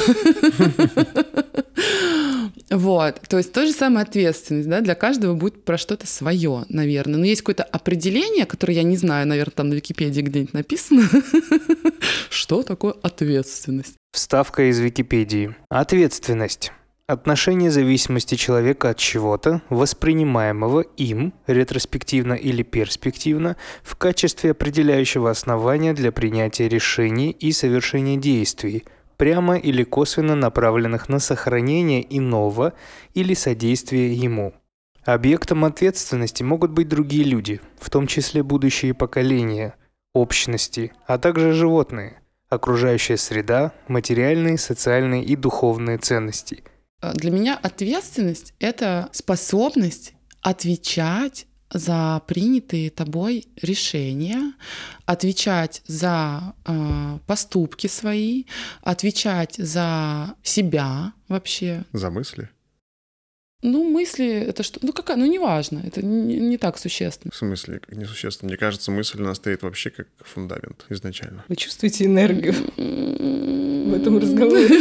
Вот. То есть то же самое ответственность, да, для каждого будет про что-то свое, наверное. Но есть какое-то определение, которое я не знаю, наверное, там на Википедии где-нибудь написано. Что такое ответственность? Вставка из Википедии. Ответственность. Отношение зависимости человека от чего-то, воспринимаемого им, ретроспективно или перспективно, в качестве определяющего основания для принятия решений и совершения действий, прямо или косвенно направленных на сохранение иного или содействие ему. Объектом ответственности могут быть другие люди, в том числе будущие поколения, общности, а также животные, окружающая среда, материальные, социальные и духовные ценности. Для меня ответственность — это способность отвечать за принятые тобой решения, отвечать за поступки свои, отвечать за себя вообще. За мысли? Мысли — это что? Неважно, это не так существенно. В смысле, как несущественно? Мне кажется, мысль, она стоит вообще как фундамент изначально. Вы чувствуете энергию в этом разговоре?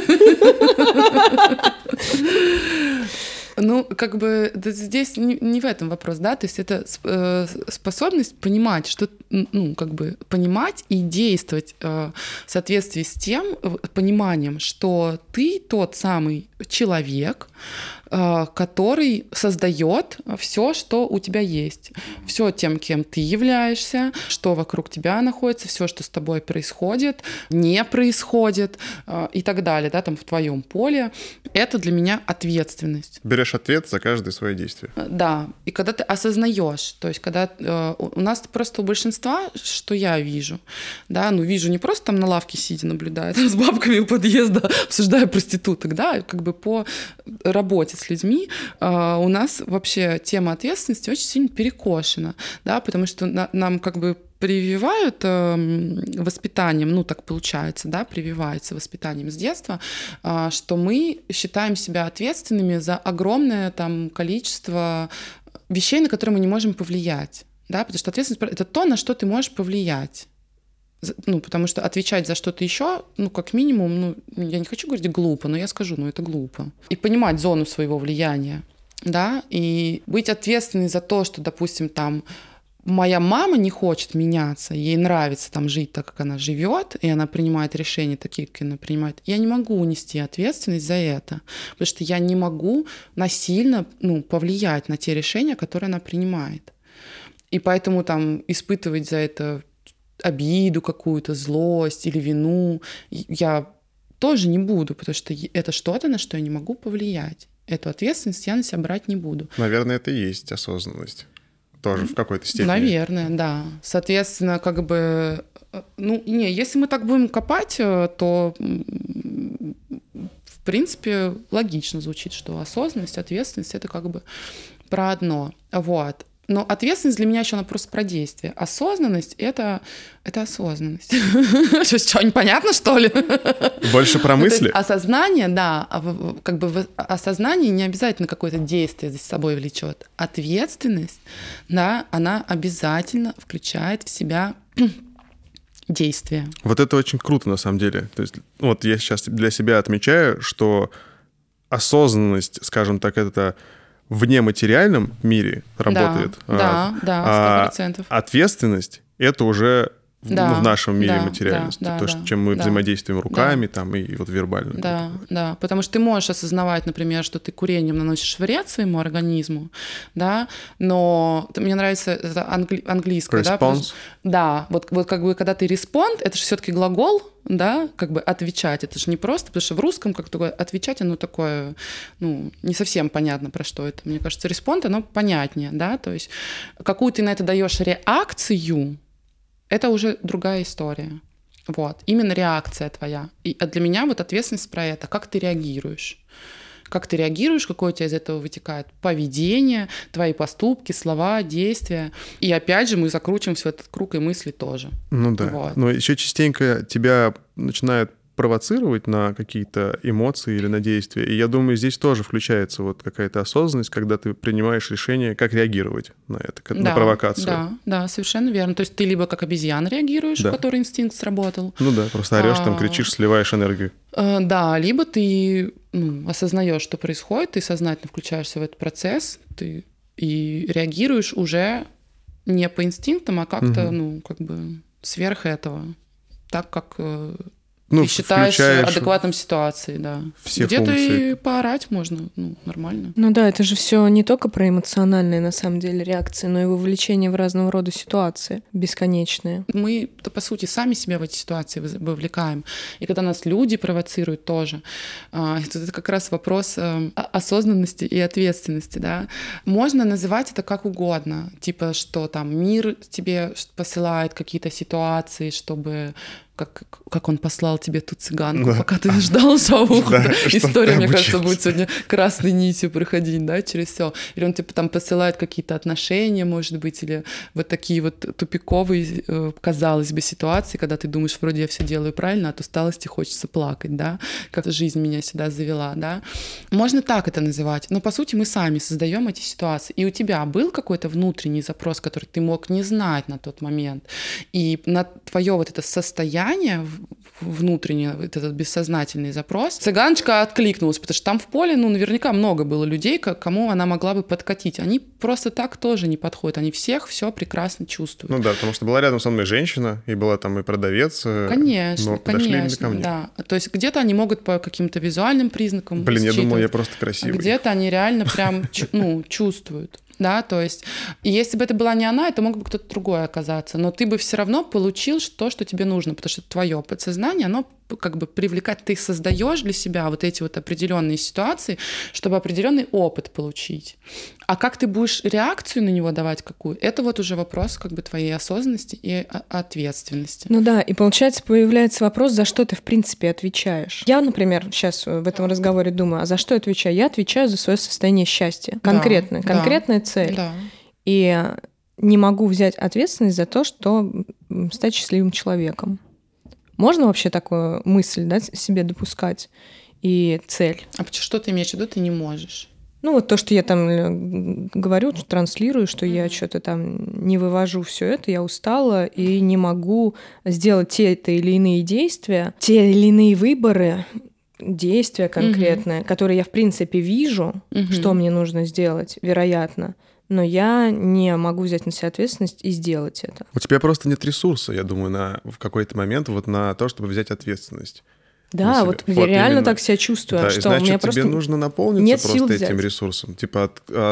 Здесь не в этом вопрос, да, то есть это способность понимать, что, понимать и действовать в соответствии с тем пониманием, что ты тот самый человек, который создает все, что у тебя есть. Все тем, кем ты являешься, что вокруг тебя находится, все, что с тобой происходит, не происходит и так далее, да, там в твоем поле. Это для меня ответственность. Берешь ответ за каждое свое действие. Да, и когда ты осознаешь, то есть когда у нас просто у большинства, что я вижу, да, вижу не просто там на лавке сидя, наблюдая там с бабками у подъезда, обсуждая проституток, да, по работе с людьми, у нас вообще тема ответственности очень сильно перекошена, да, потому что нам прививают воспитанием, так получается, да, прививается воспитанием с детства, что мы считаем себя ответственными за огромное там количество вещей, на которые мы не можем повлиять, да, потому что ответственность — это то, на что ты можешь повлиять. Потому что отвечать за что-то еще, как минимум, я не хочу говорить глупо, но я скажу, это глупо. И понимать зону своего влияния, да, и быть ответственной за то, что, допустим, там моя мама не хочет меняться, ей нравится там жить так, как она живет, и она принимает решения такие, как она принимает. Я не могу нести ответственность за это, потому что я не могу насильно, повлиять на те решения, которые она принимает. И поэтому там испытывать за это обиду какую-то, злость или вину я тоже не буду, потому что это что-то, на что я не могу повлиять. Эту ответственность я на себя брать не буду. Наверное, это и есть осознанность. Тоже в какой-то степени. Наверное, да. Соответственно, если мы так будем копать, то в принципе логично звучит, что осознанность, ответственность — это про одно. Вот. Но ответственность для меня еще она просто про действие. Осознанность — это осознанность. Что, непонятно, что ли? Больше про мысли? Осознание, да. Осознание не обязательно какое-то действие за собой влечет. Ответственность, да, она обязательно включает в себя действие. Вот это очень круто, на самом деле. То есть, я сейчас для себя отмечаю, что осознанность, скажем так, это в нематериальном мире работает. Да, 100%. А ответственность — это уже в нашем мире материальности. Чем мы взаимодействуем руками там, и вербально. Да, потому что ты можешь осознавать, например, что ты курением наносишь вред своему организму, да, но мне нравится это английское. Response. Да, когда ты respond, это же все-таки глагол, да, отвечать. Это же не просто, потому что в русском отвечать, оно такое, не совсем понятно, про что это. Мне кажется, respond, оно понятнее, да, то есть какую ты на это даешь реакцию, это уже другая история. Вот. Именно реакция твоя. И для меня ответственность про это, как ты реагируешь. как ты реагируешь, какое у тебя из этого вытекает поведение, твои поступки, слова, действия. И опять же мы закручиваем в этот круг и мысли тоже. Ну да. Вот. Но еще частенько тебя начинают провоцировать на какие-то эмоции или на действия. И я думаю, здесь тоже включается вот какая-то осознанность, когда ты принимаешь решение, как реагировать на это, на провокацию. Да, совершенно верно. То есть ты либо как обезьяна реагируешь, у которой инстинкт сработал. Ну да, просто орешь, там кричишь, сливаешь энергию. Да, либо ты осознаешь, что происходит, ты сознательно включаешься в этот процесс, ты и реагируешь уже не по инстинктам, а как-то, как бы сверх этого. Так, как ты считаешь адекватным ситуации, да. Где-то функции. и поорать можно, нормально. Ну да, это же все не только про эмоциональные, на самом деле, реакции, но и вовлечение в разного рода ситуации бесконечные. Мы-то, по сути, сами себя в эти ситуации вовлекаем. И когда нас люди провоцируют тоже, это как раз вопрос осознанности и ответственности, да. Можно называть это как угодно, типа, что там мир тебе посылает какие-то ситуации, чтобы... Как он послал тебе ту цыганку, пока ты ждал шавуху. История, мне кажется, будет сегодня красной нитью проходить, да, через все. Или он тебе там посылает какие-то отношения, может быть, или вот такие вот тупиковые, казалось бы, ситуации, когда ты думаешь, вроде я все делаю правильно, от усталости хочется плакать, да, как жизнь меня сюда завела, да. Можно так это называть, но по сути мы сами создаем эти ситуации. И у тебя был какой-то внутренний запрос, который ты мог не знать на тот момент, и на твое вот это состояние внутренний, вот этот бессознательный запрос, цыганочка откликнулась, потому что там в поле, наверняка много было людей, кому она могла бы подкатить. Они просто так тоже не подходят, они всех все прекрасно чувствуют. Ну да, потому что была рядом со мной женщина, и была там и продавец, конечно, но подошли именно ко мне. Да. То есть где-то они могут по каким-то визуальным признакам я думал, я просто красивый. Где-то они реально прям чувствуют. Да, то есть, и если бы это была не она, это мог бы кто-то другой оказаться, но ты бы все равно получил то, что тебе нужно, потому что твое подсознание, оно как бы привлекает, ты создаешь для себя вот эти вот определенные ситуации, чтобы определенный опыт получить. А как ты будешь реакцию на него давать какую, это вот уже вопрос как бы твоей осознанности и ответственности. Ну да, и получается появляется вопрос, за что ты в принципе отвечаешь. Я, например, сейчас в этом разговоре думаю, а за что я отвечаю? Я отвечаю за свое состояние счастья. Конкретная цель. Да. И не могу взять ответственность за то, что стать счастливым человеком. Можно вообще такую мысль, да, себе допускать и цель? А что ты имеешь в виду, ты не можешь? Ну, вот то, что я там говорю, транслирую, что я что-то там не вывожу все это, я устала и не могу сделать те-то или иные действия, те или иные выборы, действия конкретные, которые я, в принципе, вижу, что мне нужно сделать, вероятно, но я не могу взять на себя ответственность и сделать это. У тебя просто нет ресурса, я думаю, в какой-то момент вот на то, чтобы взять ответственность. Да, вот я реально так себя чувствую, да, что значит, у меня просто тебе нужно наполниться нет просто сил этим взять. ресурсом. Типа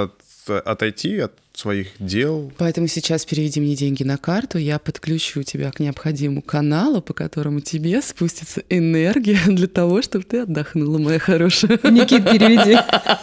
отойти от своих дел. Поэтому сейчас переведи мне деньги на карту, я подключу тебя к необходимому каналу, по которому тебе спустится энергия для того, чтобы ты отдохнула, моя хорошая. Никит, переведи.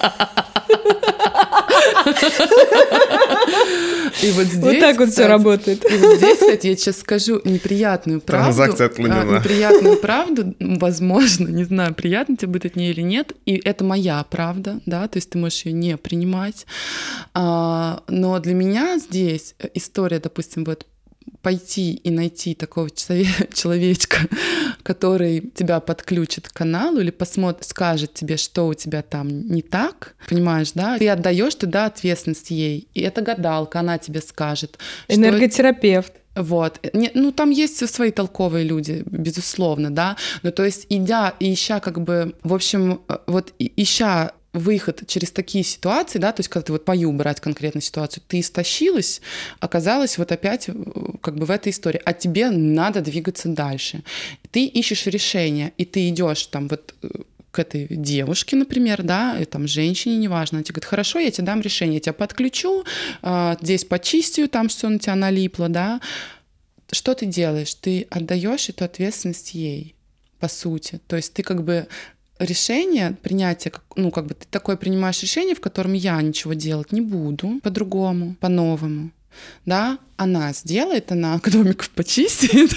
И вот здесь, вот так вот все работает. И вот здесь, кстати, я сейчас скажу неприятную правду. Транзакция отклонена. Неприятную правду, возможно, не знаю, приятно тебе будет от нее или нет. И это моя правда, да, то есть ты можешь ее не принимать. Но для меня здесь история, допустим, вот пойти и найти такого человечка, который тебя подключит к каналу или скажет тебе, что у тебя там не так, понимаешь, да? Ты отдаешь туда ответственность ей, и эта гадалка, она тебе скажет. Энерготерапевт. Вот. Там есть свои толковые люди, безусловно, да, но то есть ища как бы, в общем, вот ища выход через такие ситуации, да, то есть когда ты вот пою брать конкретную ситуацию, ты истощилась, оказалась вот опять как бы в этой истории, а тебе надо двигаться дальше. Ты ищешь решение, и ты идешь там вот к этой девушке, например, да, и там женщине, неважно, она тебе говорит, хорошо, я тебе дам решение, я тебя подключу, здесь почистю, там что на тебя налипло, да. Что ты делаешь? Ты отдаешь эту ответственность ей, по сути. То есть ты как бы решение, принятие, ты такое принимаешь решение, в котором я ничего делать не буду по-другому, по-новому. да, она сделает, она гномиков почистит,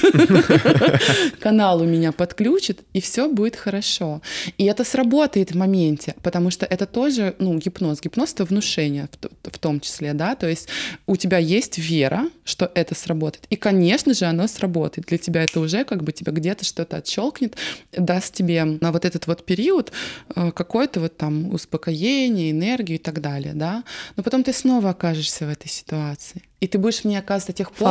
канал у меня подключит, и все будет хорошо. И это сработает в моменте, потому что это тоже, гипноз. Гипноз — это внушение в том числе, да, то есть у тебя есть вера, что это сработает, и, конечно же, оно сработает. Для тебя это уже как бы тебя где-то что-то отщелкнет, даст тебе на вот этот вот период какое-то вот там успокоение, энергию и так далее, да, но потом ты снова окажешься в этой ситуации. И ты будешь в ней оказываться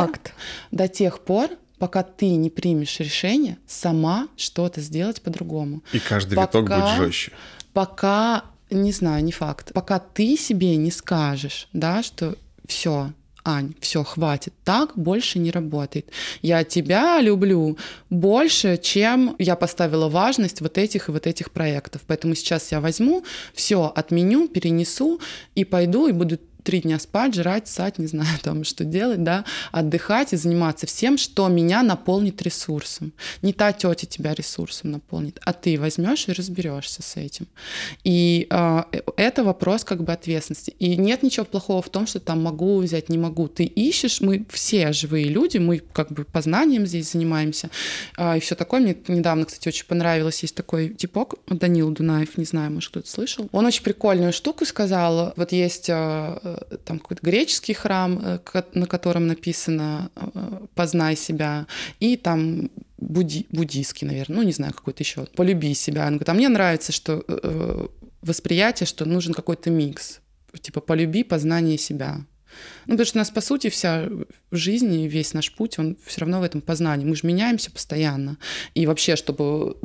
до тех пор, пока ты не примешь решение сама что-то сделать по-другому. И каждый виток будет жестче. Пока, не знаю, не факт, пока ты себе не скажешь, да, что все, Ань, все, хватит, так больше не работает. Я тебя люблю больше, чем я поставила важность вот этих и вот этих проектов. Поэтому сейчас я возьму, все отменю, перенесу и пойду, и буду 3 дня спать, жрать, ссать, не знаю, там, что делать, да, отдыхать и заниматься всем, что меня наполнит ресурсом. Не та тетя тебя ресурсом наполнит, а ты возьмешь и разберешься с этим. И это вопрос как бы ответственности. И нет ничего плохого в том, что там могу взять, не могу. Ты ищешь, мы все живые люди, мы как бы познанием здесь занимаемся, и все такое. Мне недавно, кстати, очень понравилось, есть такой типок, Данил Дунаев, не знаю, может, кто-то слышал. Он очень прикольную штуку сказал. Вот есть там какой-то греческий храм, на котором написано «познай себя», и там буддийский, наверное, не знаю, какой-то еще «полюби себя». Он говорит, а мне нравится, что восприятие, что нужен какой-то микс, типа «полюби познание себя». Потому что у нас, по сути, вся жизнь и весь наш путь, он все равно в этом познании. Мы же меняемся постоянно. И вообще, чтобы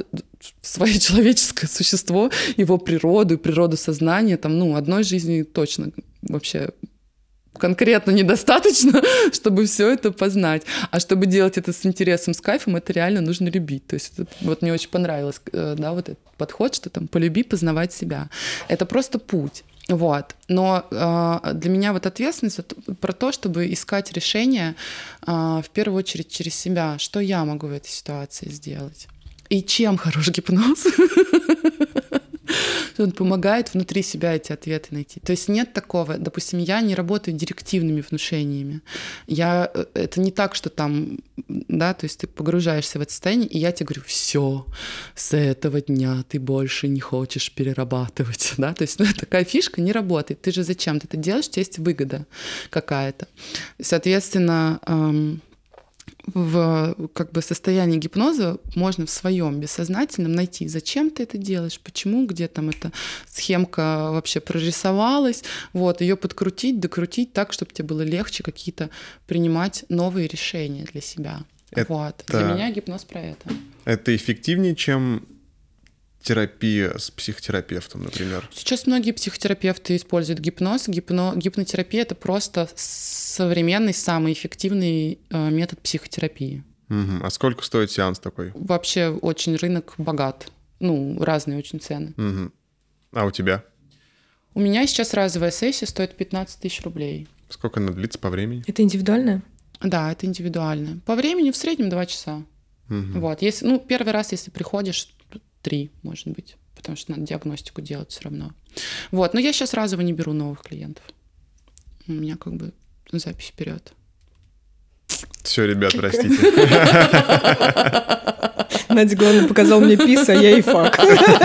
свое человеческое существо, его природу и природу сознания, там, одной жизни точно вообще конкретно недостаточно, чтобы все это познать. А чтобы делать это с интересом, с кайфом, это реально нужно любить. То есть вот мне очень понравилось, да, вот этот подход, что там полюби познавать себя. Это просто путь. Вот. Но для меня вот ответственность про то, чтобы искать решение в первую очередь через себя. Что я могу в этой ситуации сделать? И чем хорош гипноз? Он помогает внутри себя эти ответы найти. То есть нет такого, допустим, я не работаю директивными внушениями. Это не так, что там, да, то есть ты погружаешься в это состояние, и я тебе говорю, все, с этого дня ты больше не хочешь перерабатывать, да, то есть такая фишка не работает. Ты же зачем ты это делаешь, у тебя есть выгода какая-то. Соответственно, в как бы состоянии гипноза можно в своем бессознательном найти, зачем ты это делаешь, почему, где там эта схемка вообще прорисовалась, вот, ее подкрутить, докрутить так, чтобы тебе было легче какие-то принимать новые решения для себя. Вот. Для меня гипноз про это. Это эффективнее, чем терапия с психотерапевтом, например? Сейчас многие психотерапевты используют гипноз. Гипнотерапия — это просто современный, самый эффективный метод психотерапии. Угу. А сколько стоит сеанс такой? Вообще очень рынок богат. Разные очень цены. Угу. А у тебя? У меня сейчас разовая сессия стоит 15 тысяч рублей. Сколько она длится по времени? Это индивидуально? Да, это индивидуально. По времени в среднем 2 часа. Угу. Вот. Если, первый раз, если приходишь, 3, может быть, потому что надо диагностику делать все равно. Вот. Но я сейчас разово не беру новых клиентов. У меня как бы запись вперед. Все, ребят, простите. Надя, главное, показал мне пис, а я и фак.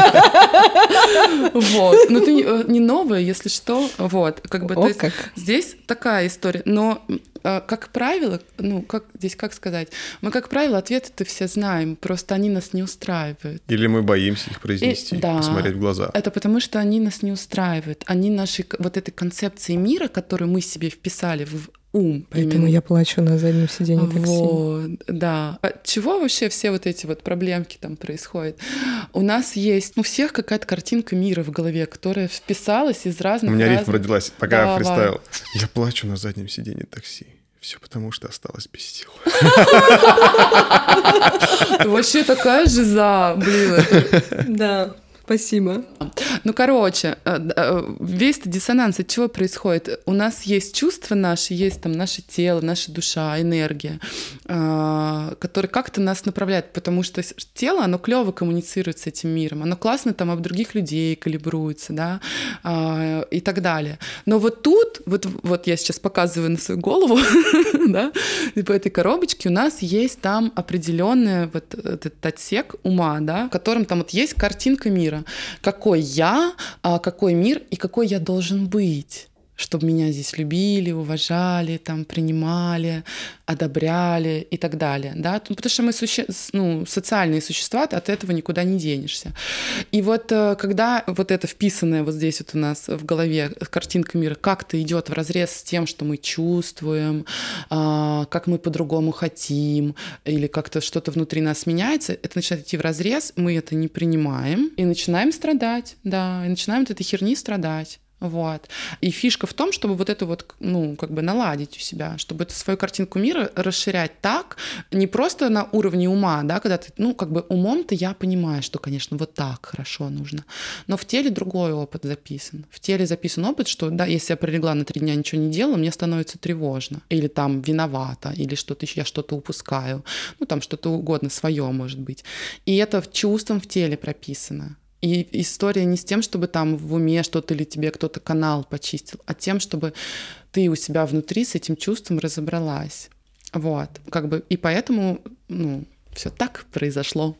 Вот. Но ты не новая, если что. Вот. Как бы, то есть здесь такая история. Но, как правило, как сказать? Мы, как правило, ответы-то все знаем, просто они нас не устраивают. Или мы боимся их произнести, посмотреть в глаза. Это потому, что они нас не устраивают. Они нашей вот этой концепции мира, которую мы себе вписали в ум. Поэтому именно. Я плачу на заднем сиденье такси. Вот, да. От чего вообще все вот эти вот проблемки там происходят? У нас есть у всех какая-то картинка мира в голове, которая вписалась из разных... У меня рифма родилась, пока я фристайл. Я плачу на заднем сиденье такси. Все потому, что осталось без сил. Вообще такая жиза, блин. Да. Спасибо. Ну, короче, весь этот диссонанс от чего происходит? У нас есть чувства наши, есть там наше тело, наша душа, энергия, которые как-то нас направляют, потому что тело, оно клево коммуницирует с этим миром, оно классно там об других людей калибруется, да, и так далее. Но вот тут, вот я сейчас показываю на свою голову, да, и по этой коробочке у нас есть там определенный вот этот отсек ума, да, в котором там вот есть картинка мира. Какой я, какой мир и какой я должен быть, чтобы меня здесь любили, уважали, там, принимали, одобряли и так далее. Да? Потому что мы социальные существа, ты от этого никуда не денешься. И вот когда вот это вписанное вот здесь вот у нас в голове картинка мира как-то идет вразрез с тем, что мы чувствуем, как мы по-другому хотим, или как-то что-то внутри нас меняется, это начинает идти вразрез, мы это не принимаем и начинаем страдать, да, и начинаем от этой херни страдать. Вот. И фишка в том, чтобы вот это вот, как бы наладить у себя, чтобы эту свою картинку мира расширять так, не просто на уровне ума, да, когда ты, как бы умом-то я понимаю, что, конечно, вот так хорошо нужно, но в теле другой опыт записан. В теле записан опыт, что, да, если я прилегла на 3 дня, ничего не делала, мне становится тревожно, или там виновата, или что-то я что-то упускаю, там что-то угодно свое может быть. И это чувством в теле прописано. И история не с тем, чтобы там в уме что-то или тебе кто-то канал почистил, а тем, чтобы ты у себя внутри с этим чувством разобралась. Вот. Как бы, и поэтому, все так произошло.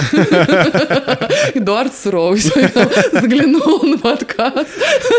Эдуард Суровый заглянул на подкаст.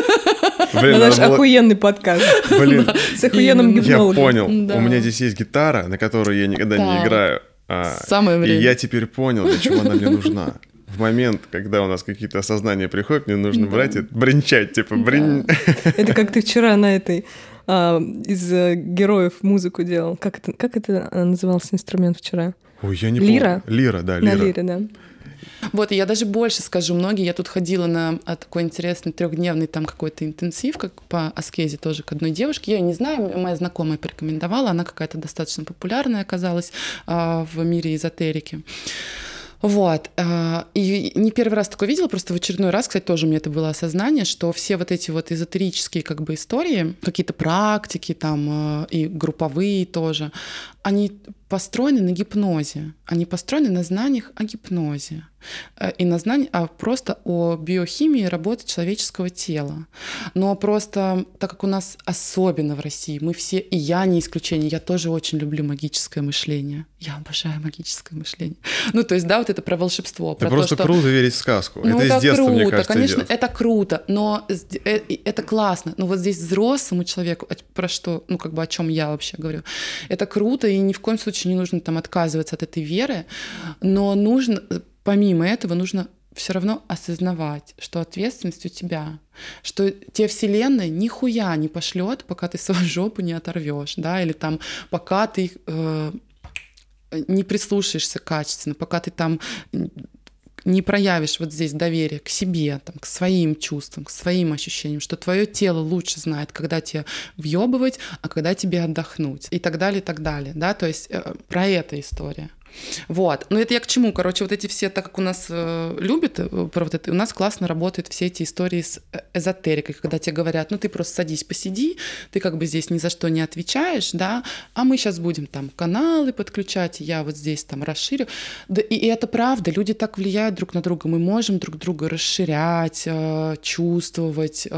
На наш охуенный подкаст. Блин, с охуенным гипнологом. Я понял. У меня здесь есть гитара, на которой я никогда не играю. Самое время. И я теперь понял, для чего она мне нужна. В момент, когда у нас какие-то осознания приходят, мне нужно брать и бренчать, типа брень. Это как ты вчера на этой из героев музыку делал. Как это назывался инструмент вчера? Ой, я не помню. Лира, да, лира. На лире, да. Вот, и я даже больше скажу, я тут ходила на такой интересный 3-дневный там какой-то интенсив, как по аскезе тоже к одной девушке. Я ее не знаю, моя знакомая порекомендовала, она какая-то достаточно популярная оказалась в мире эзотерики. Вот. И не первый раз такое видела, просто в очередной раз, кстати, тоже у меня это было осознание, что все вот эти вот эзотерические как бы истории, какие-то практики там и групповые тоже, они построены на гипнозе, они построены на знаниях о гипнозе и на знаниях просто о биохимии работы человеческого тела. Но просто так как у нас особенно в России, мы все, и я не исключение, я тоже очень люблю магическое мышление. Я обожаю магическое мышление. То есть, да, вот это про волшебство. Это про просто то, что... круто верить в сказку. Это из детства, круто, мне кажется, конечно, идет. это круто, но это классно. Но вот здесь взрослому человеку, про что, как бы о чем я вообще говорю, это круто, и ни в коем случае не нужно там отказываться от этой веры, но нужно, помимо этого, нужно все равно осознавать, что ответственность у тебя, что тебе Вселенная нихуя не пошлет, пока ты свою жопу не оторвешь, да, или там пока ты не прислушаешься качественно, пока ты там не проявишь вот здесь доверие к себе, там, к своим чувствам, к своим ощущениям, что твое тело лучше знает, когда тебе въебывать, а когда тебе отдохнуть, и так далее, да, то есть про это история. Вот. Но это я к чему? Короче, вот эти все, так как у нас любят про вот это, у нас классно работают все эти истории с эзотерикой, когда тебе говорят, ты просто садись, посиди, ты как бы здесь ни за что не отвечаешь, да, а мы сейчас будем там каналы подключать, я вот здесь там расширю. Да, и это правда, люди так влияют друг на друга, мы можем друг друга расширять, чувствовать,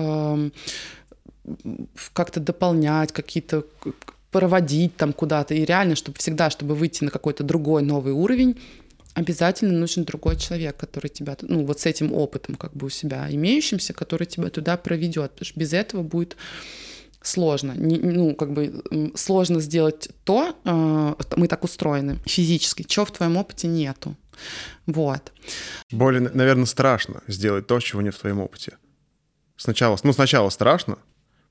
как-то дополнять какие-то, проводить там куда-то. И реально, чтобы выйти на какой-то другой новый уровень, обязательно нужен другой человек, который тебя, вот с этим опытом как бы у себя имеющимся, который тебя туда проведет. Потому что без этого будет сложно. Сложно сделать то, мы так устроены физически, чего в твоем опыте нету. Вот. Более, наверное, страшно сделать то, чего нет в твоем опыте. Сначала страшно,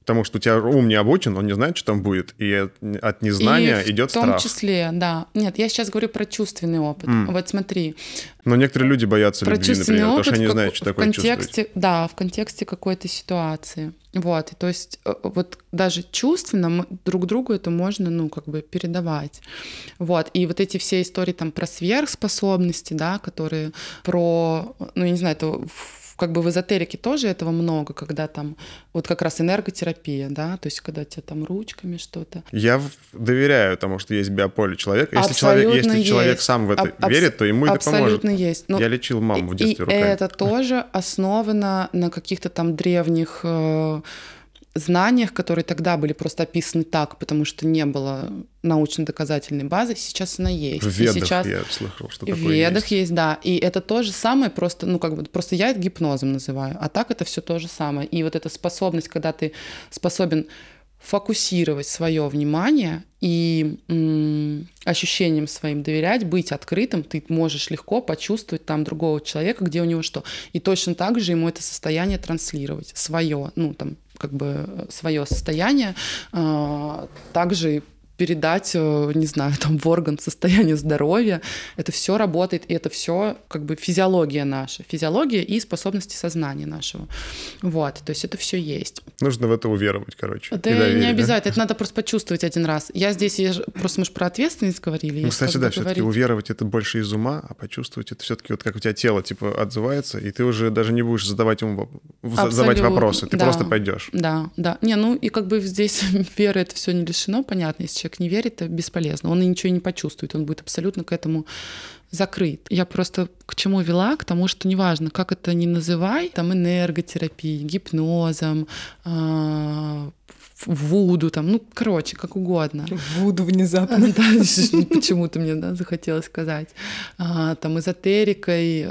Потому что у тебя ум не обучен, он не знает, что там будет, и от незнания идет страх. В том числе, да. Нет, я сейчас говорю про чувственный опыт. Вот смотри. Но некоторые люди боятся про любви, например, потому что они не знают, что такое чувствовать. Да, в контексте какой-то ситуации. Вот, и то есть вот даже чувственно мы друг другу это можно, ну, как бы передавать. Вот, и вот эти все истории там про сверхспособности, да, которые про, ну, я не знаю, это как бы в эзотерике тоже этого много, когда там вот как раз энерготерапия, да, то есть когда тебе там ручками что-то. Я доверяю тому, что есть биополе человека. Если человек сам в это верит, то ему это поможет. Абсолютно есть. Но я лечил маму в детстве руками. И это тоже основано на каких-то там древних знаниях, которые тогда были просто описаны так, потому что не было научно-доказательной базы, сейчас она есть. В Ведах сейчас... я слышал, что такое есть. В Ведах есть, да. И это то же самое, просто, ну, как бы, просто я это гипнозом называю, а так это все то же самое. И вот эта способность, когда ты способен фокусировать свое внимание и ощущениям своим доверять, быть открытым, ты можешь легко почувствовать там другого человека, где у него что. И точно так же ему это состояние транслировать, свое, ну, там, как бы свое состояние, также передать, не знаю, там в орган состояние здоровья. Это все работает, и это все как бы физиология наша, физиология и способности сознания нашего. Вот, то есть это все есть. Нужно в это уверовать, короче. Это не обязательно, это надо просто почувствовать один раз. Просто мы же про ответственность говорили. Ну, кстати, да, все-таки уверовать это больше из ума, а почувствовать это все-таки вот как у тебя тело типа отзывается, и ты уже даже не будешь задавать вопросы, ты просто пойдешь. Да. Не, ну и как бы здесь веры это все не лишено, понятно, если человек не верит, это бесполезно. Он и ничего не почувствует, он будет абсолютно к этому закрыт. Я просто к чему вела? К тому, что неважно, как это ни называй, там энерготерапией, гипнозом, вуду, там, ну, короче, как угодно. Вуду внезапно. Да, почему-то мне захотелось сказать. Там эзотерикой.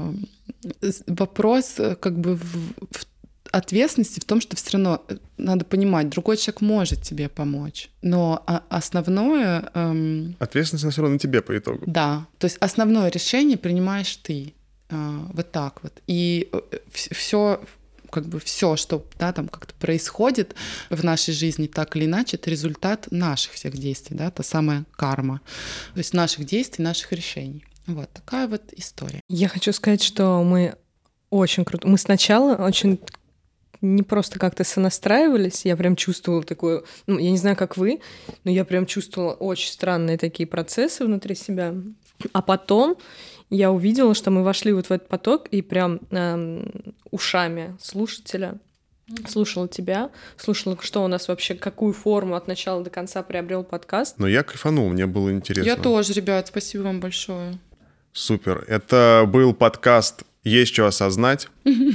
Вопрос как бы в ответственности в том, что все равно надо понимать, другой человек может тебе помочь, но основное... Ответственность все равно на тебе по итогу. Да, то есть основное решение принимаешь ты. Вот так вот. И все, как бы все, что да, там как-то происходит в нашей жизни, так или иначе, это результат наших всех действий, да, та самая карма. То есть наших действий, наших решений. Вот такая вот история. Я хочу сказать, что мы очень круто. Мы сначала очень не просто как-то сонастраивались, я прям чувствовала такое, ну, я не знаю, как вы, но я прям чувствовала очень странные такие процессы внутри себя. А потом я увидела, что мы вошли вот в этот поток, и прям ушами слушателя слушала тебя, слушала, что у нас вообще, какую форму от начала до конца приобрел подкаст. Но я кайфанул, мне было интересно. Я тоже, ребят, спасибо вам большое. Супер. Это был подкаст «Есть что осознать».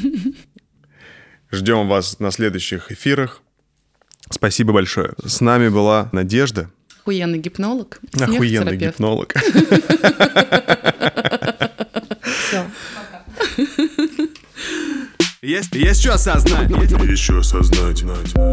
Ждем вас на следующих эфирах. Спасибо большое. С нами была Надежда. Охуенный гипнолог. Охуенный гипнолог. Все. Есть что осознать. Есть что осознать.